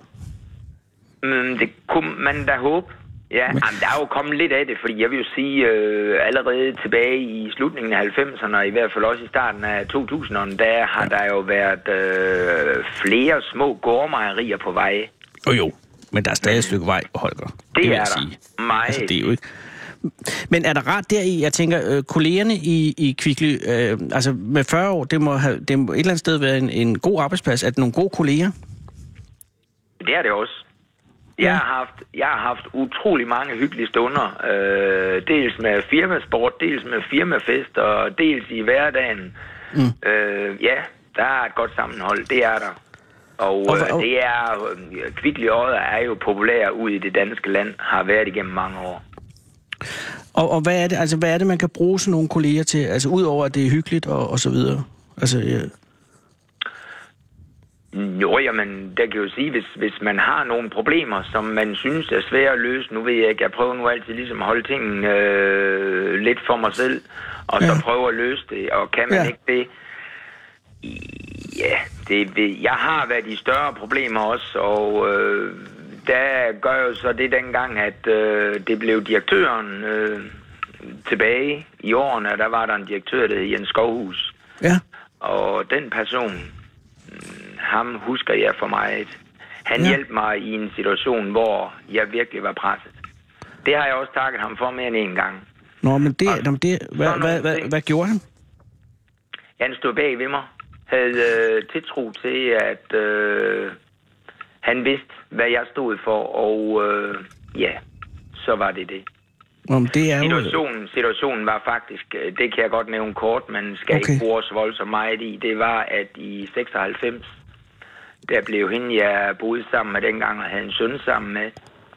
Mm, det kunne man da håbe. Ja, men... Jamen, der er jo kommet lidt af det, fordi jeg vil jo sige, øh, allerede tilbage i slutningen af halvfemserne, og i hvert fald også i starten af to tusinderne, der har ja. der jo været øh, flere små gårdmejerier på vej. Jo jo, men der er stadig et stykke vej, Holger. Det, det er der sige. meget. Altså, det er jo ikke... Men er der ret deri, jeg tænker, øh, kollegerne i, i Kvickly, øh, altså med fyrre år, det må, have, det må et eller andet sted være en, en god arbejdsplads. Er det nogle gode kolleger? Det er det også. Jeg har haft, jeg har haft utrolig mange hyggelige stunder. Øh, dels med firmasport, dels med firmafest, og dels i hverdagen. Mm. Øh, ja, der er et godt sammenhold. Det er der. Og, og, og det er... Kvickly Odder er jo populær ud i det danske land, har været igennem mange år. Og, og hvad er det, altså hvad er det, man kan bruge sådan nogle kolleger til? Altså udover at det er hyggeligt og, og så videre. Altså ja. Jo, jamen, der kan jo sige, hvis, hvis man har nogle problemer, som man synes er svære at løse, nu ved jeg ikke, jeg prøver nu altid ligesom at holde tingene øh, lidt for mig selv, og ja. så prøve at løse det, og kan man ja. ikke det? Ja, det, jeg har været i større problemer også, og øh, der gør jo så det dengang, at øh, det blev direktøren øh, tilbage i årene, der var der en direktør, der hed Jens Skovhus. Ja. Og den person, ham husker jeg for meget. Han ja. hjalp mig i en situation, hvor jeg virkelig var presset. Det har jeg også takket ham for mere end en gang. Nå, men det, Og nå, men det hvad, sådan hvad, nogle hvad, ting. hvad gjorde han? Han stod bag ved mig. Havde øh, tiltro til, at øh, han vidste, hvad jeg stod for, og øh, ja, så var det det. Nå, men det er jo... Situationen, situationen var faktisk, øh, det kan jeg godt nævne kort, men skal Okay. ikke bruge så voldsomt meget i, det var, at i seksoghalvfems, der blev hende, jeg boede sammen med dengang, og havde en søn sammen med,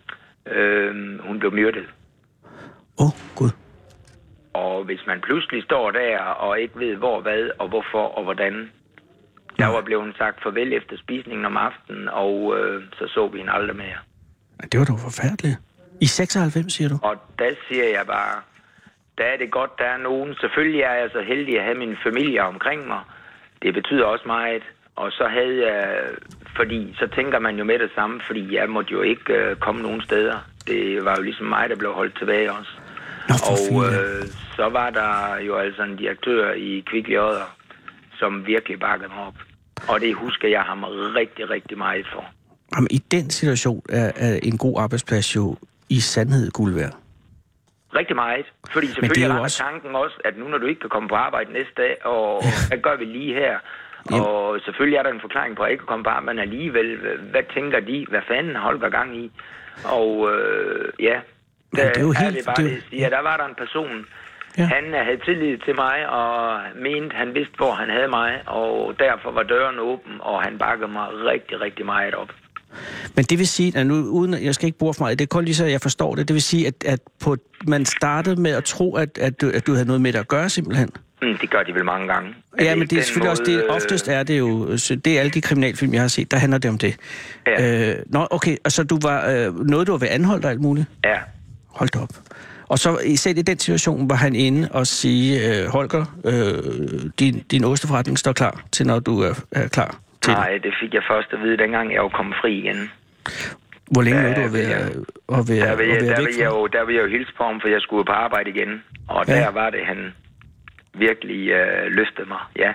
øh, hun blev myrdet. Åh, oh, gud. Og hvis man pludselig står der og ikke ved hvor, hvad og hvorfor og hvordan. Der var blevet sagt farvel efter spisningen om aftenen, og øh, så så vi hende aldrig mere. Det var da forfærdeligt. I seksoghalvfems, siger du? Og der siger jeg bare, der er det godt, der er nogen. Selvfølgelig er jeg så heldig at have min familie omkring mig. Det betyder også meget. Og så havde jeg, fordi så tænker man jo med det samme, fordi jeg måtte jo ikke øh, komme nogen steder. Det var jo ligesom mig, der blev holdt tilbage også. Nå, for Og fint, ja. øh, så var der jo altså en direktør i Kvickly Odder, som virkelig bakkede mig op. Og det husker jeg ham rigtig, rigtig meget for. Jamen, i den situation er, er en god arbejdsplads jo i sandhed guld værd. Rigtig meget. Fordi det er selvfølgelig jo var også- tanken også, at nu når du ikke kan komme på arbejde næste dag, og hvad gør vi lige her? Jamen. Og selvfølgelig er der en forklaring på, at jeg ikke kan komme på arbejde, men alligevel, hvad tænker de? Hvad fanden Holger gang i? Og øh, ja, Men det er jo helt- det bare det er det, jo- jeg siger. Der var der en person, Ja. han havde tillid til mig, og mente, han vidste, hvor han havde mig, og derfor var døren åben, og han bakkede mig rigtig, rigtig meget op. Men det vil sige, at nu, uden, jeg skal ikke bruge for meget, det er kun lige så, jeg forstår det. Det vil sige, at, at på, man startede med at tro, at, at, du, at du havde noget med det at gøre, simpelthen. Mm, det gør de vel mange gange. Ja, men det er den selvfølgelig også det. måde, Oftest er det jo, så det er alle de kriminalfilm, jeg har set, der handler det om det. Ja. Øh, nå, okay, og så du var øh, noget, du var ved anholdt og alt muligt? Ja. Hold da op. Og så i- selv i den situation var han inde og sige, øh, Holger, øh, din, din osteforretning står klar til, når du er, er klar til det. Nej, det fik jeg først at vide, dengang jeg var kommet fri igen. Hvor længe Ja, nåede du at være, ja. at være, Der vil, at jeg, være der, væk vil jeg fra? jo, der vil jeg jo hilse på ham, for jeg skulle på arbejde igen. Og Ja. der var det, han virkelig øh, løftede mig, ja.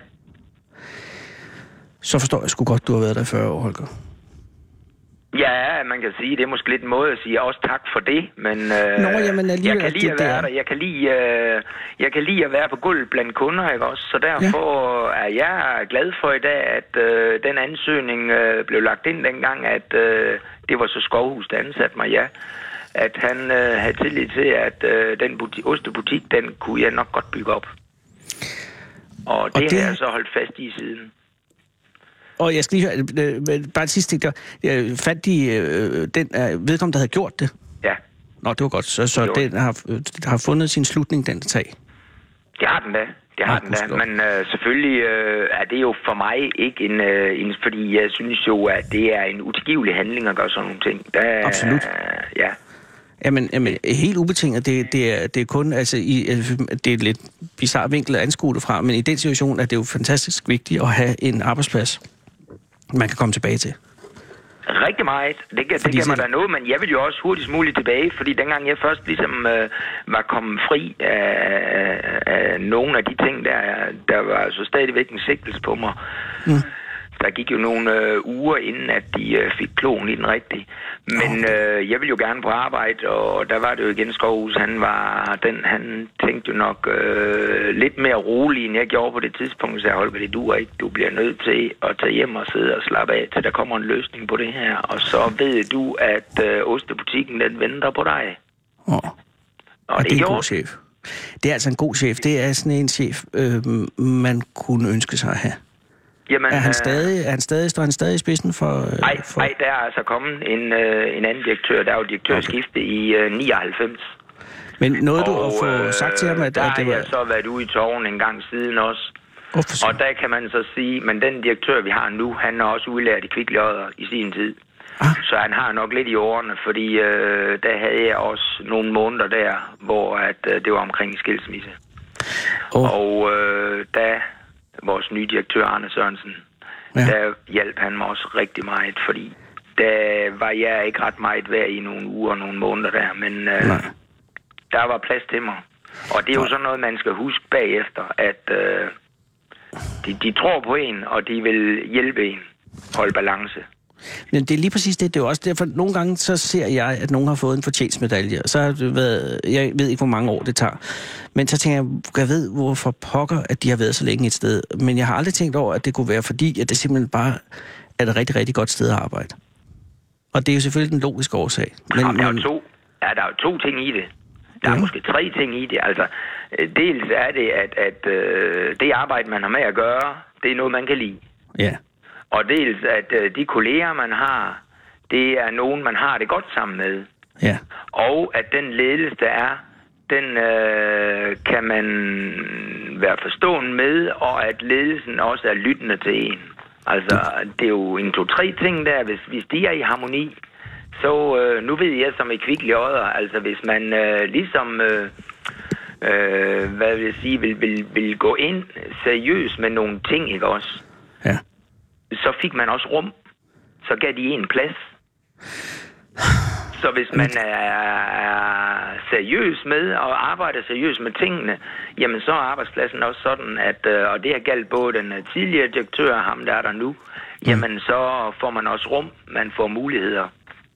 Så forstår jeg sgu godt, du har været der fyrre år, Holger. Ja, man kan sige, det er måske lidt en måde at sige også tak for det, men øh, Nå, jamen, alligevel, jeg kan lide det- at det være er- der. Jeg kan lide, øh, jeg kan lide at være på gulvet blandt kunder, ikke også? Så derfor ja. er jeg glad for i dag, at øh, den ansøgning øh, blev lagt ind dengang, at øh, det var så Skovhus, der ansatte mig, ja. At han øh, havde tillid til, at øh, den butik, ostebutik, den kunne jeg nok godt bygge op. Og det, Og det det- har jeg så holdt fast i siden. Og jeg skal lige høre, øh, øh, bare et sidste ting der. Jeg fandt de, øh, den øh, vedkommende, der havde gjort det. Ja, Nå, det var godt. Så, så Jo. den har, øh, har fundet sin slutning, den sag. det har den da. Det har Nå, den da. gudskelov. Men øh, selvfølgelig øh, er det jo for mig ikke en, øh, en... Fordi jeg synes jo, at det er en utilgivelig handling at gøre sådan nogle ting. Der, Absolut. Øh, ja. Jamen, jamen helt ubetinget, det, det, er, det er kun, altså, i, det er et lidt bizarre vinkel at anskue det fra, men i den situation er det jo fantastisk vigtigt at have en arbejdsplads, man kan komme tilbage til. Rigtig meget. Det kan, det Fordi kan man så- da nå, men jeg vil jo også hurtigst muligt tilbage, fordi dengang jeg først ligesom øh, var kommet fri af, af nogle af de ting, der, der var altså stadigvæk en sigtelse på mig. Mm. Der gik jo nogle øh, uger inden, at de øh, fik kloen i den rigtige. Men øh, jeg ville jo gerne på arbejde, og der var det jo igen Skovhus. Han var den, han tænkte jo nok øh, lidt mere rolig, end jeg gjorde på det tidspunkt. Så jeg Holger, det duer ikke. Du bliver nødt til at tage hjem og sidde og slappe af, til der kommer en løsning på det her. Og så ved du, at øh, ostebutikken, den venter på dig. Åh, Og og det, det er en gjorde god chef. Det er altså en god chef. Det er sådan en chef, øh, man kunne ønske sig at have. Jamen, Er han øh, stadig, er han stadig, står han stadig i spidsen for... Øh, Nej, for... nej, der er altså kommet en, øh, en anden direktør. Der er jo direktørskifte okay. i øh, nioghalvfems. Men nåede du at Og, få øh, sagt til ham, at, der at det har var... jeg så været ude i tårnen en gang siden også. Oh, for Og der kan man så sige, men den direktør, vi har nu, han er også udlært i Kvickly Odder i sin tid. Ah. Så han har nok lidt i årene, fordi øh, der havde jeg også nogle måneder der, hvor at, øh, det var omkring skilsmisse. Oh. Og øh, da vores nye direktør, Arne Sørensen, Ja. ja. der hjalp han mig også rigtig meget, fordi der var jeg ikke ret meget værd i nogle uger og nogle måneder der, men øh, Nej. der var plads til mig. Og det er jo sådan noget, man skal huske bagefter, at øh, de, de tror på en, og de vil hjælpe en. Hold balance. Men det er lige præcis det. Det er jo også derfor, at nogle gange så ser jeg, at nogen har fået en fortjenstmedalje. Så har det været, jeg ved ikke, hvor mange år det tager. Men så tænker jeg, jeg ved, hvorfor pokker, at de har været så længe et sted. Men jeg har aldrig tænkt over, at det kunne være fordi, at det simpelthen bare er et rigtig, rigtig godt sted at arbejde. Og det er jo selvfølgelig den logiske årsag. Men, Jamen, der, er men... jo to, ja, der er jo to ting i det. Der er Ja. måske tre ting i det. Altså, øh, dels er det, at, at øh, det arbejde, man har med at gøre, det er noget, man kan lide. Ja. Og dels, at øh, de kolleger, man har, det er nogen, man har det godt sammen med. Ja. Og at den ledelse, der er, den øh, kan man være forstående med, og at ledelsen også er lyttende til en. Altså, det er jo en to-tre ting der, hvis, hvis de er i harmoni. Så øh, nu ved jeg som et kvicklig odder, altså hvis man øh, ligesom, øh, øh, hvad vil jeg sige, vil, vil, vil gå ind seriøst med nogle ting, ikke også? Ja. Så fik man også rum. Så gav de en plads. Så hvis man er seriøs med og arbejder seriøst med tingene, jamen så er arbejdspladsen også sådan, at, og det har galt både den tidligere direktør og ham, der er der nu, jamen så får man også rum, man får muligheder.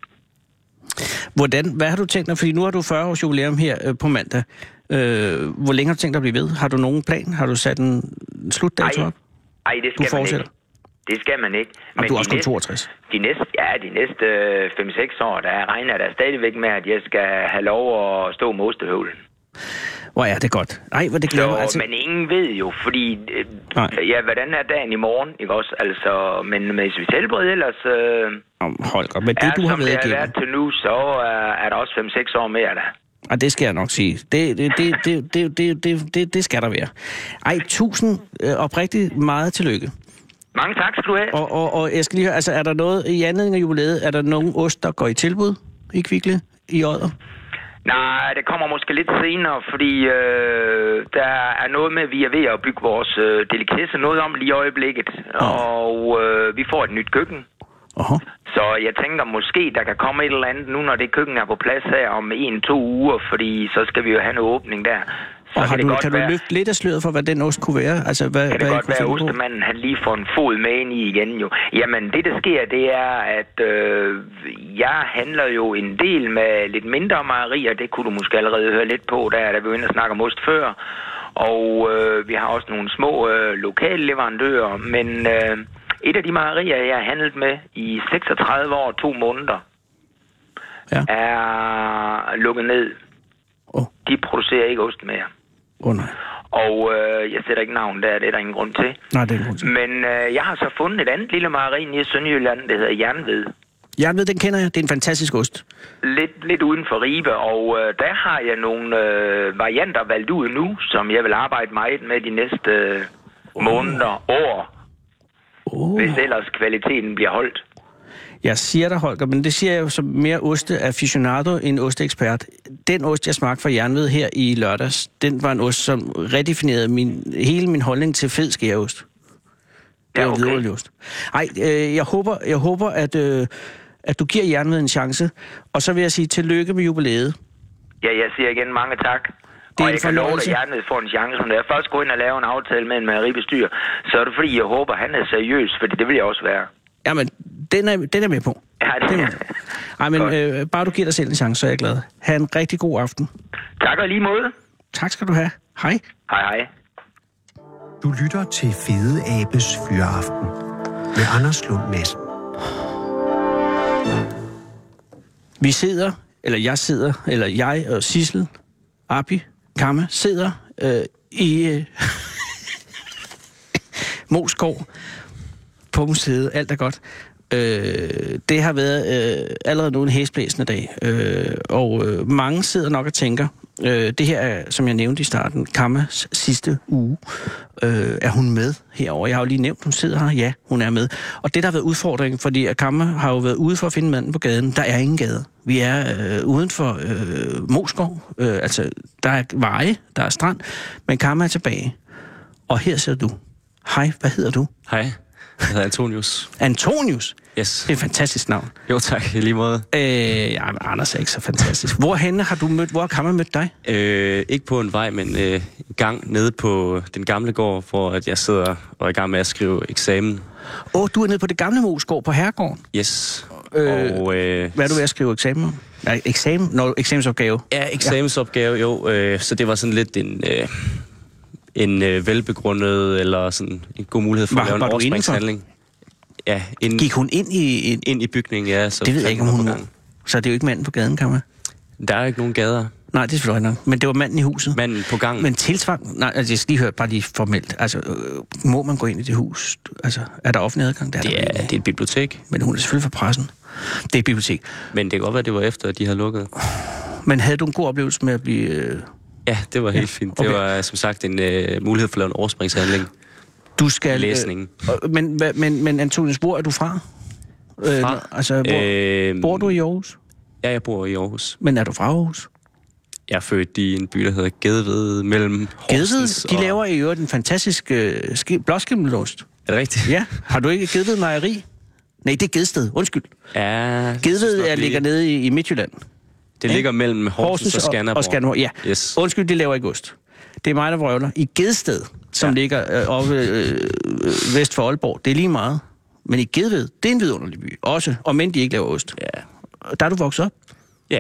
Hvordan, hvad har du tænkt dig? Fordi nu har du fyrre års jubilæum her øh, på mandag. Øh, hvor længe har du tænkt dig at blive ved? Har du nogen plan? Har du sat en slutdato op? Nej, det skal du man fortsætter? ikke. Det skal man ikke. Men du er også kun toogtres. De næste, ja, de næste fem seks år, der regner jeg da stadigvæk med, at jeg skal have lov at stå med ostehøvlen. Hvor er det godt. Nej, hvor det glæder mig. Altså... Men ingen ved jo, fordi, øh, ja, hvordan er dagen i morgen, ikke også? Altså, men hvis vi helbreder ellers... Øh, Om, Holger, men det er, du har været igennem... igennem... været til nu, så er, er der også fem seks år mere der. Og det skal jeg nok sige. Det, det, det, det, det, det, det, det, det skal der være. Ej, tusind øh, oprigtigt meget tillykke. Mange tak skal du have. Og, og, og jeg skal lige høre, altså er der noget i anledning af jubilæet, er der nogen ost, der går i tilbud i Kvickly i Odder? Nej, det kommer måske lidt senere, fordi øh, der er noget med, at vi er ved at bygge vores øh, delikatesse noget om lige i øjeblikket. Oh. Og øh, vi får et nyt køkken. Uh-huh. Så jeg tænker måske, der kan komme et eller andet nu, når det køkken er på plads her om en, to uger, fordi så skal vi jo have en åbning der. Så og har kan, du, det kan være, du løfte lidt af sløret for, hvad den ost kunne være? Altså, hvad, kan det hvad godt være, at ostemanden han lige får en fod med ind i igen jo. Jamen, det der sker, det er, at øh, jeg handler jo en del med lidt mindre mejerier. Det kunne du måske allerede høre lidt på, der, da vi var inde og snakke om ost før. Og øh, vi har også nogle små øh, lokale leverandører, men øh, et af de mejerier, jeg har handlet med i seksogtredive år og to måneder, ja. er lukket ned. Oh. De producerer ikke ost mere. Åh oh, nej. Og øh, jeg sætter ikke navn der, det er der ingen grund til. Nej, det er ingen grund til. Men øh, jeg har så fundet et andet lille mejeri i Sønderjylland, det hedder Jernved. Jernved, den kender jeg. Det er en fantastisk ost. Lidt, lidt uden for Ribe, og øh, der har jeg nogle øh, varianter valgt ud nu, som jeg vil arbejde meget med de næste øh, oh. måneder, år. Oh. Hvis ellers kvaliteten bliver holdt. Jeg siger dig, Holger, men det siger jeg jo som mere osteaficionado end osteekspert. Den ost, jeg smagte fra Jernved her i lørdags, den var en ost, som redefinerede min, hele min holdning til fed skæreost. Det er jo ja, okay. ost. Ej, øh, jeg håber, jeg håber at, øh, at du giver Jernved en chance. Og så vil jeg sige tillykke med jubilæet. Ja, jeg siger igen mange tak. Det og jeg kan love dig, at Jernved får en chance. Når jeg først går ind og laver en aftale med en mejeribestyrer, så er det fordi, jeg håber, han er seriøs, for det vil jeg også være. Jamen, den er, den er med på. Ja, det den er med. Ej, men øh, bare du giver dig selv en chance, så er jeg glad. Ha' en rigtig god aften. Tak og lige måde. Tak skal du have. Hej. Hej, hej. Du lytter til Fede Abes Fyraften med Anders Lund Madsen. Vi sidder, eller jeg sidder, eller jeg og Sissel, Abi, Kamme, sidder øh, i øh, Moskov på museet. Alt er godt. Øh, det har været øh, allerede nu en hæsblæsende dag, øh, og øh, mange sidder nok og tænker, øh, det her er, som jeg nævnte i starten, Kammas sidste uge. Øh, er hun med herover? Jeg har jo lige nævnt, hun sidder her. Ja, hun er med. Og det, der har været udfordringen, fordi Kamma har jo været ude for at finde manden på gaden. Der er ingen gader. Vi er øh, uden for øh, Moskov. Øh, altså, der er veje, der er strand, men Kamma er tilbage. Og her sidder du. Hej, hvad hedder du? Hej, jeg hedder Antonius. Antonius? Yes. Det er et fantastisk navn. Jo tak, i lige måde. Øh, ja, men Anders er ikke så fantastisk. Hvorhenne har du mødt, hvor har Kamma mødt dig? Øh, ikke på en vej, men øh, en gang nede på den gamle gård, hvor at jeg sidder og er i gang med at skrive eksamen Åh, oh, du er nede på det gamle Moesgaard på Herregården. Yes. Øh, og, øh, hvad er du ved at skrive eksamen om? Nej, eksamen? Nå, eksamensopgave. Ja, eksamensopgave, jo. Øh, så det var sådan lidt en, øh, en øh, velbegrundet, eller sådan en god mulighed for Var- at lave en var du overspringshandling. Ja, ind, Gik hun ind i... ind, ind i bygningen, ja. Så det ved jeg ikke, om fandt hun på må. gang. Så det er jo ikke manden på gaden, kan man? Der er ikke nogen gader. Nej, det er selvfølgelig nok. Men det var manden i huset. Manden på gang. Men tilsvang... Nej, altså, jeg skal lige høre, bare lige formelt. Altså, øh, må man gå ind i det hus? Altså, er der offentlig adgang? Der er det, der er, vel ikke. det er et bibliotek. Men hun er selvfølgelig fra pressen. Det er et bibliotek. Men det kan godt være, det var efter, at de havde lukket. Men havde du en god oplevelse med at blive... Øh, Ja, det var helt ja, fint. Det okay. var som sagt en øh, mulighed for at lave en overspringshandling. du skal... Læsningen. Øh, men, hva- men, men Antonius, hvor er du fra? Øh, Fra? altså, hvor, Øh, bor du i Aarhus? Ja, jeg bor i Aarhus. Men er du fra Aarhus? Jeg er født i en by, der hedder Gedved, mellem Horsens Gedved, de og... laver i øvrigt en fantastisk øh, sk- blåskimmelost. Er det rigtigt? Ja, har du ikke Gedved Mejeri? Nej, det er Gedsted, undskyld. Ja. jeg synes Gedved nok er, lige- ligger nede i, i Midtjylland. Det ligger mellem Horsens, og Skanderborg. Og Skanderborg, ja. Yes. Undskyld, det laver ikke ost. Det er mig, der vrøvler. I Gedsted, som ja. ligger øh, oppe øh, vest for Aalborg, det er lige meget. Men i Gedved, det er en vidunderlig by. Også, og men de ikke laver ost. Ja. Der er du vokset op, Ja.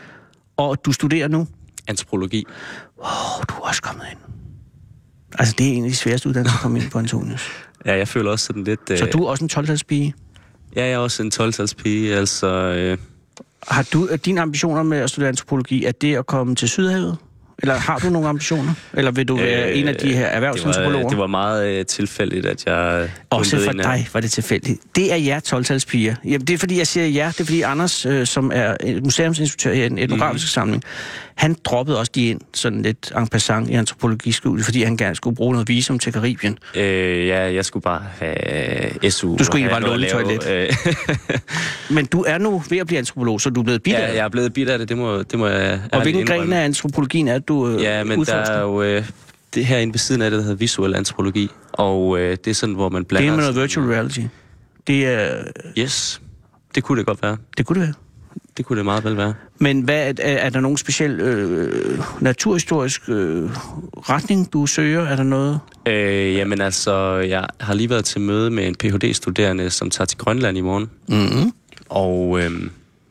og du studerer nu. Antropologi. Åh, oh, du er også kommet ind. Altså, det er en af de sværeste uddannelser at komme ind på, Antonius. Ja, jeg føler også sådan lidt... Så øh, du er også en tolv-talspige. Ja, jeg er også en tolv-talspige, altså... Øh, Har du er dine ambitioner med at studere antropologi, er det at komme til Sydhavet? Eller har du nogle ambitioner? Eller vil du være øh, en af de her erhvervsantropologer? Det var, det var meget øh, tilfældigt, at jeg... Også dumpede for ind af- dig var det tilfældigt. Det er jer tolv-talspiger. Jamen, det er fordi, jeg siger jer. Det er fordi Anders, øh, som er museumsinstruktør i en etnografisk mm. samling, han droppede også de ind sådan lidt en passant i antropologistudiet, fordi han gerne skulle bruge noget visum til Karibien. Øh, ja, jeg skulle bare have S U. Du skulle og egentlig bare have låne noget at lave, øh. Men du er nu ved at blive antropolog, så du er blevet bidt af Ja, det. jeg er blevet bidt af det, det må, det må jeg Og hvilken ærligt gren indrømme. af antropologien er du øh, Ja, men der udforsker? er jo øh, det her inde ved siden af det, der hedder visuel antropologi. Og øh, det er sådan, hvor man Det blander... er med noget virtual reality. Det er... Yes, det kunne det godt være. Det kunne det være. Det kunne det meget vel være. Men hvad, er, er der nogen speciel øh, naturhistorisk øh, retning, du søger? Er der noget? Øh, jamen altså, jeg har lige været til møde med en P H D-studerende, som tager til Grønland i morgen. Mm-hmm. Og øh,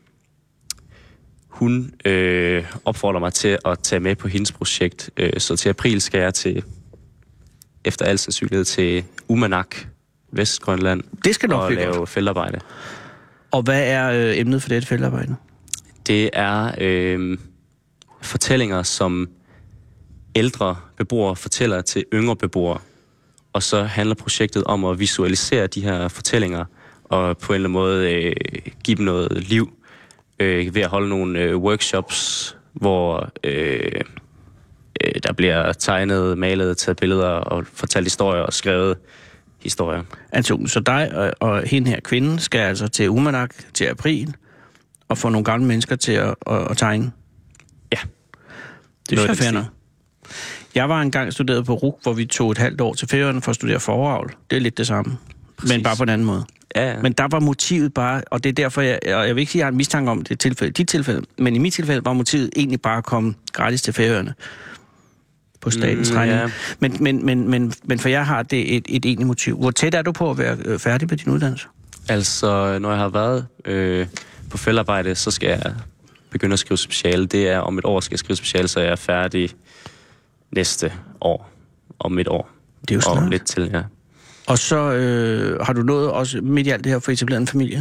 hun øh, opfordrer mig til at tage med på hendes projekt. Øh, så til april skal jeg til, efter al sandsynlighed, til Umanak, Vestgrønland, Det skal nok og blive godt. lave feltarbejde. Og hvad er øh, emnet for dette feltarbejde? Det er øh, fortællinger, som ældre beboere fortæller til yngre beboere. Og så handler projektet om at visualisere de her fortællinger, og på en eller anden måde øh, give dem noget liv, øh, ved at holde nogle øh, workshops, hvor øh, øh, der bliver tegnet, malet, taget billeder og fortalt historier og skrevet historier. Anton, så dig og, og hende her kvinde skal altså til Umanak til april og få nogle gamle mennesker til at, at, at tegne. Ja. Det Noget er af den fair nok. Jeg var engang studeret på R U C, hvor vi tog et halvt år til Færøerne for at studere foravl. Det er lidt det samme, Præcis. men bare på en anden måde. Ja, ja. Men der var motivet bare, og det er derfor, jeg, og jeg vil ikke sige, at jeg har en mistanke om det tilfælde, dit tilfælde, men i mit tilfælde var motivet egentlig bare at komme gratis til Færøerne på statens Mm, regning. ja. Men, men, men, men, men for jeg har det et, et egentligt motiv. Hvor tæt er du på at være øh, færdig med din uddannelse? Altså, når jeg har været øh, på feltarbejde, så skal jeg begynde at skrive speciale. Det er om et år, skal jeg skrive speciale, så jeg er færdig næste år. Om et år. Det er jo Og snart. lidt til, ja. Og så øh, har du nået også midt i alt det her at få etableret en familie?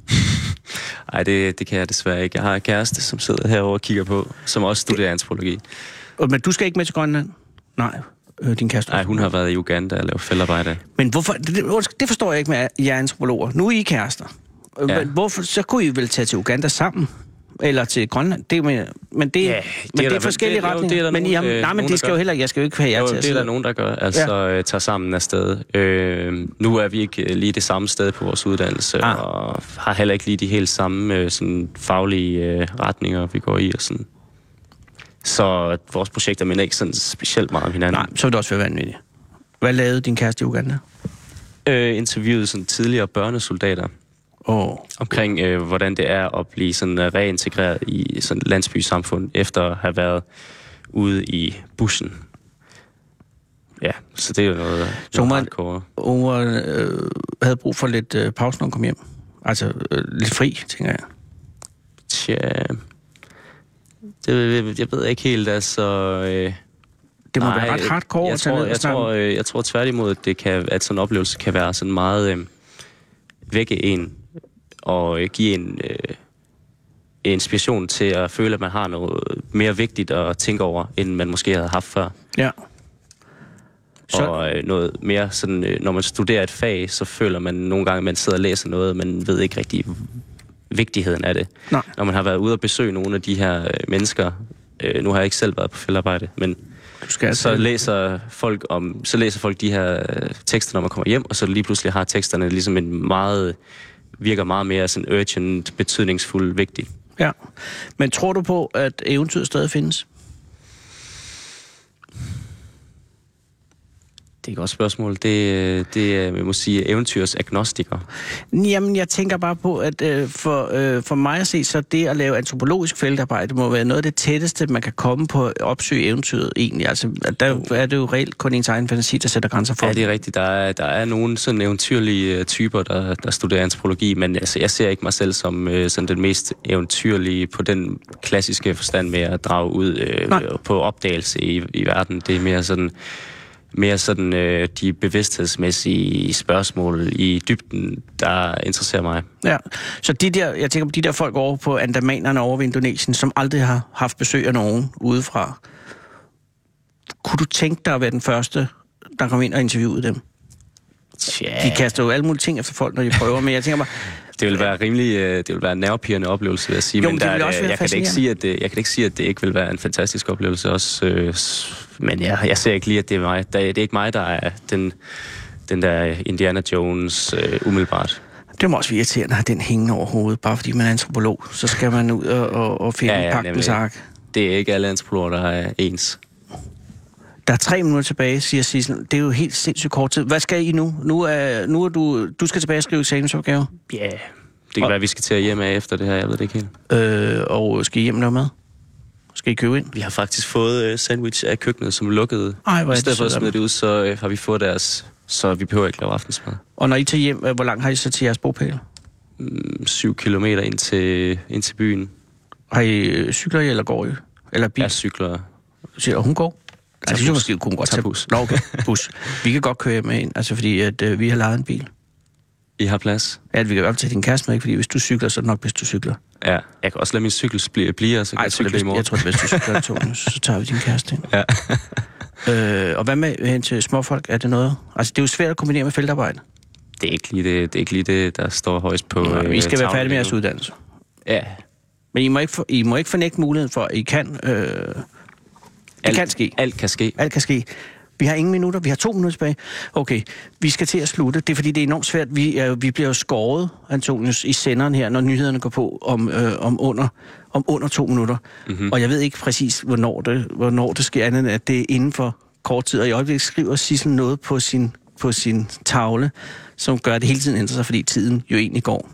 Ej, det, det kan jeg desværre ikke. Jeg har en kæreste, som sidder herovre og kigger på, som også studerer antropologi. Og- Men du skal ikke med til Grønland? Nej, øh, din kæreste. Nej, hun har været i Uganda og lavet feltarbejde. Men hvorfor? Det, det, det forstår jeg ikke med jer antropologer. Nu er I kærester. Øh, Ja. Men hvorfor? Så kunne I vel tage til Uganda sammen? Eller til Grønland? Det, men, men det, Ja, ja, det men er det der er vel- forskellige det- jo, retninger. det er der men I har, nogen, øh, nej, men nogen, det der skal gør. jo heller ikke. Jeg skal jo ikke have jer Jo, til at det er sidde. der nogen, der gør. Altså, ja. tager sammen afsted. Øh, nu er vi ikke lige det samme sted på vores uddannelse, Ah. og har heller ikke lige de helt samme øh, sådan, faglige øh, retninger, vi går i. Og sådan. Så vores projekter minder ikke sådan specielt meget om hinanden. Nej, så vil det også være vanvittigt. Hvad lavede din kæreste i Uganda? Øh, interviewet sådan tidligere børnesoldater Åh, omkring, øh, hvordan det er at blive sådan uh, reintegreret i sådan et landsbysamfund, efter at have været ude i bussen. ja, så det er jo noget, så hun, noget var, hun var, øh, havde brug for lidt øh, pause, når hun kom hjem. Altså øh, lidt fri, tænker jeg. Tja, det, jeg ved ikke helt, altså... Øh, det må nej, være ret hardcore. Jeg tror, jeg, tror, øh, jeg tror tværtimod, at, det kan, at sådan en oplevelse kan være sådan meget øh, vække en, og øh, give en øh, inspiration til at føle, at man har noget mere vigtigt at tænke over, end man måske havde haft før. Ja. Så... Og øh, noget mere sådan, øh, når man studerer et fag, så føler man nogle gange, at man sidder og læser noget, men ved ikke rigtig vigtigheden af det. Nej. Når man har været ude og besøge nogle af de her øh, mennesker, øh, nu har jeg ikke selv været på feltarbejde, men du skal så læser folk om, så læser folk de her øh, tekster, når man kommer hjem, og så lige pludselig har teksterne ligesom en meget, virker meget mere sådan urgent, betydningsfuld, vigtig. Ja, men tror du på, at eventyret stadig findes? Det er et godt spørgsmål. Det, det er, jeg må sige, eventyrsagnostiker. Jamen, jeg tænker bare på, at øh, for, øh, for mig at se, så det at lave antropologisk feltarbejde må være noget af det tætteste, man kan komme på at opsøge eventyret egentlig. Altså, der er det jo reelt kun ens egen fantasi, der sætter grænser for. Ja, det er rigtigt. Der er, der er nogle sådan eventyrlige typer, der, der studerer antropologi, men altså, jeg ser ikke mig selv som øh, sådan den mest eventyrlige på den klassiske forstand med at drage ud øh, på opdagelse i, i verden. Det er mere sådan... mere sådan øh, de bevidsthedsmæssige spørgsmål i dybden, der interesserer mig. Ja, så de der, jeg tænker på de der folk over på Andamanerne over ved Indonesien, som aldrig har haft besøg af nogen udefra. Kunne du tænke dig at være den første, der kom ind og interviewede dem? Tja. De kaster jo alle mulige ting efter folk, når de prøver, men jeg tænker bare... Det vil være rimelig, det vil være en nervepirrende oplevelse, vil jeg sige. Jo, men men det der, vil også være jeg, kan ikke sige, at det, jeg kan ikke sige, at det ikke vil være en fantastisk oplevelse også. Øh, men jeg, jeg ser ikke lige, at det er mig. Det er ikke mig, der er den, den der Indiana Jones øh, umiddelbart. Det må også være irriterende at have den hængende over hovedet, bare fordi man er antropolog. Så skal man ud og, og, og finde ja, ja, en pagtens ark. Det er ikke alle antropologer, der er ens. Der er tre minutter tilbage, siger Sissel. Det er jo helt sindssygt kort tid. Hvad skal I nu? Nu er, nu er du, du skal tilbage og skrive eksamensopgaver? Ja, yeah. Det kan og, være, at vi skal til at hjem af efter det her. Jeg ved det ikke helt. Øh, og skal I hjem noget mad? Skal I købe ind? Vi har faktisk fået uh, sandwich af køkkenet, som er lukket. Ej, hvor er I stedet det for at smide det ud, så uh, har vi fået deres... Så vi behøver ikke lave aftensmad. Og når I tager hjem, hvor langt har I så til jeres bopæl? Mm, syv kilometer ind til, ind til byen. Har I cykler I, eller går I? Eller bil? Jeg cykler. Siger hun går? Altså, vi måske kunne godt tage bus. Nå, okay, bus. Vi kan godt køre med ind, altså fordi at, øh, vi har lejet en bil. I har plads? Ja, vi kan optage din kæreste med, ikke? Fordi hvis du cykler, så er det nok bedst, du cykler. Ja, jeg kan også lade min cykel blive, blive og så kan Ej, jeg cykle det i morgen. Jeg tror, det er bedst, du cykler togen, så tager vi din kæreste ind. Ja. øh, og hvad med hen til småfolk? Er det noget? Altså, det er jo svært at kombinere med feltarbejde. Det er ikke lige det, det, er ikke lige det der står højst på Nå, øh, I skal være færdige med nu. jeres uddannelse. Ja. Men I må ikke, for, I må ikke fornægte muligheden for, at I kan... Øh, det alt, kan ske. Alt kan ske. Alt kan ske. Vi har ingen minutter. Vi har to minutter tilbage. Okay, vi skal til at slutte. Det er fordi, det er enormt svært. Vi, er, vi bliver jo skåret, Antonius, i senderen her, når nyhederne går på om, øh, om, under, om under to minutter. Mm-hmm. Og jeg ved ikke præcis, hvornår det, hvornår det sker, andet end at det er inden for kort tid. Og i øjeblikket skriver Sissel noget på sin, på sin tavle, som gør, at det hele tiden ændrer sig, fordi tiden jo egentlig går.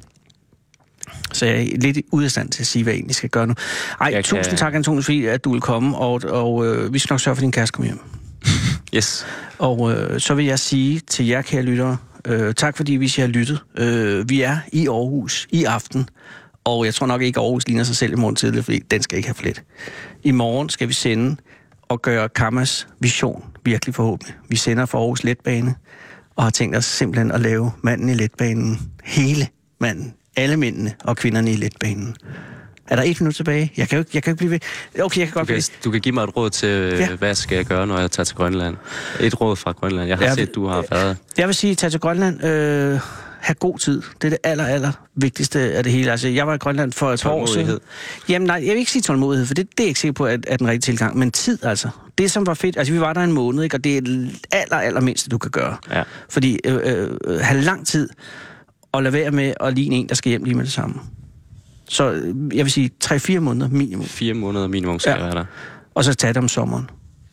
Så jeg er lidt ude af stand til at sige, hvad jeg egentlig skal gøre nu. Ej, jeg tusind kan... tak, Antonius, fordi at du vil komme, og, og øh, vi skal nok sørge for, at din kæreste kommer hjem. Yes. Og øh, så vil jeg sige til jer, kære lyttere, øh, tak fordi vi har lyttet. Øh, vi er i Aarhus i aften, og jeg tror nok ikke, at Aarhus ligner sig selv i morgen tidlig, fordi den skal ikke have flet. I morgen skal vi sende og gøre Kammas vision virkelig forhåbentlig. Vi sender for Aarhus Letbane, og har tænkt os simpelthen at lave manden i letbanen, hele manden, alle mændene og kvinderne i letbanen. Er der et minut tilbage? Jeg kan jo ikke, jeg kan jo ikke blive ved. Okay, jeg kan godt du, kan, blive du kan give mig et råd til, ja. Hvad skal jeg gøre, når jeg tager til Grønland? Et råd fra Grønland. Jeg har jeg, set, du har været. Jeg vil sige, tag til Grønland. Øh, have god tid. Det er det aller, aller vigtigste af det hele. Altså, jeg var i Grønland for et par år siden. Jamen nej, jeg vil ikke sige tålmodighed, for det, det er jeg ikke sikker på, at, at den rigtige tilgang. Men tid, altså. Det, som var fedt. Altså, vi var der en måned, ikke? Og det er det aller, aller mindste, du kan gøre. Ja. Fordi øh, øh, have lang tid og lade være med at ligne en, der skal hjem lige med det samme. Så jeg vil sige tre fire måneder minimum. Fire måneder minimum skal ja. Jeg være der. Og så tage det om sommeren.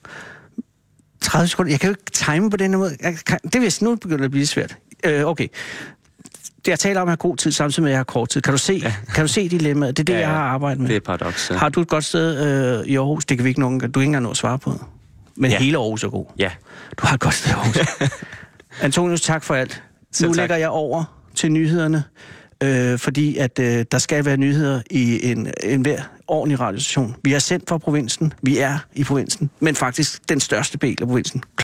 tredive sekunder. Jeg kan jo ikke time på den måde. Jeg kan, det vil nu begynde at blive svært. Øh, okay. Det jeg taler om at have god tid, samtidig med at jeg har kort tid. Kan du se, ja. kan du se dilemmaet? Det er det, ja, ja. jeg har arbejdet med. Det er paradoks, ja. Har du et godt sted øh, i Aarhus? Det kan vi ikke nogen. Du ikke engang nå at svare på. Men Ja. hele Aarhus er god. Ja. Du har et godt sted, Aarhus. Antonius, tak for alt. Selv Nu tak. lægger jeg over til nyhederne, øh, fordi at øh, der skal være nyheder i en, en hver ordentlig radiostation. Vi er sendt fra provinsen, vi er i provinsen, men faktisk den største del af provinsen.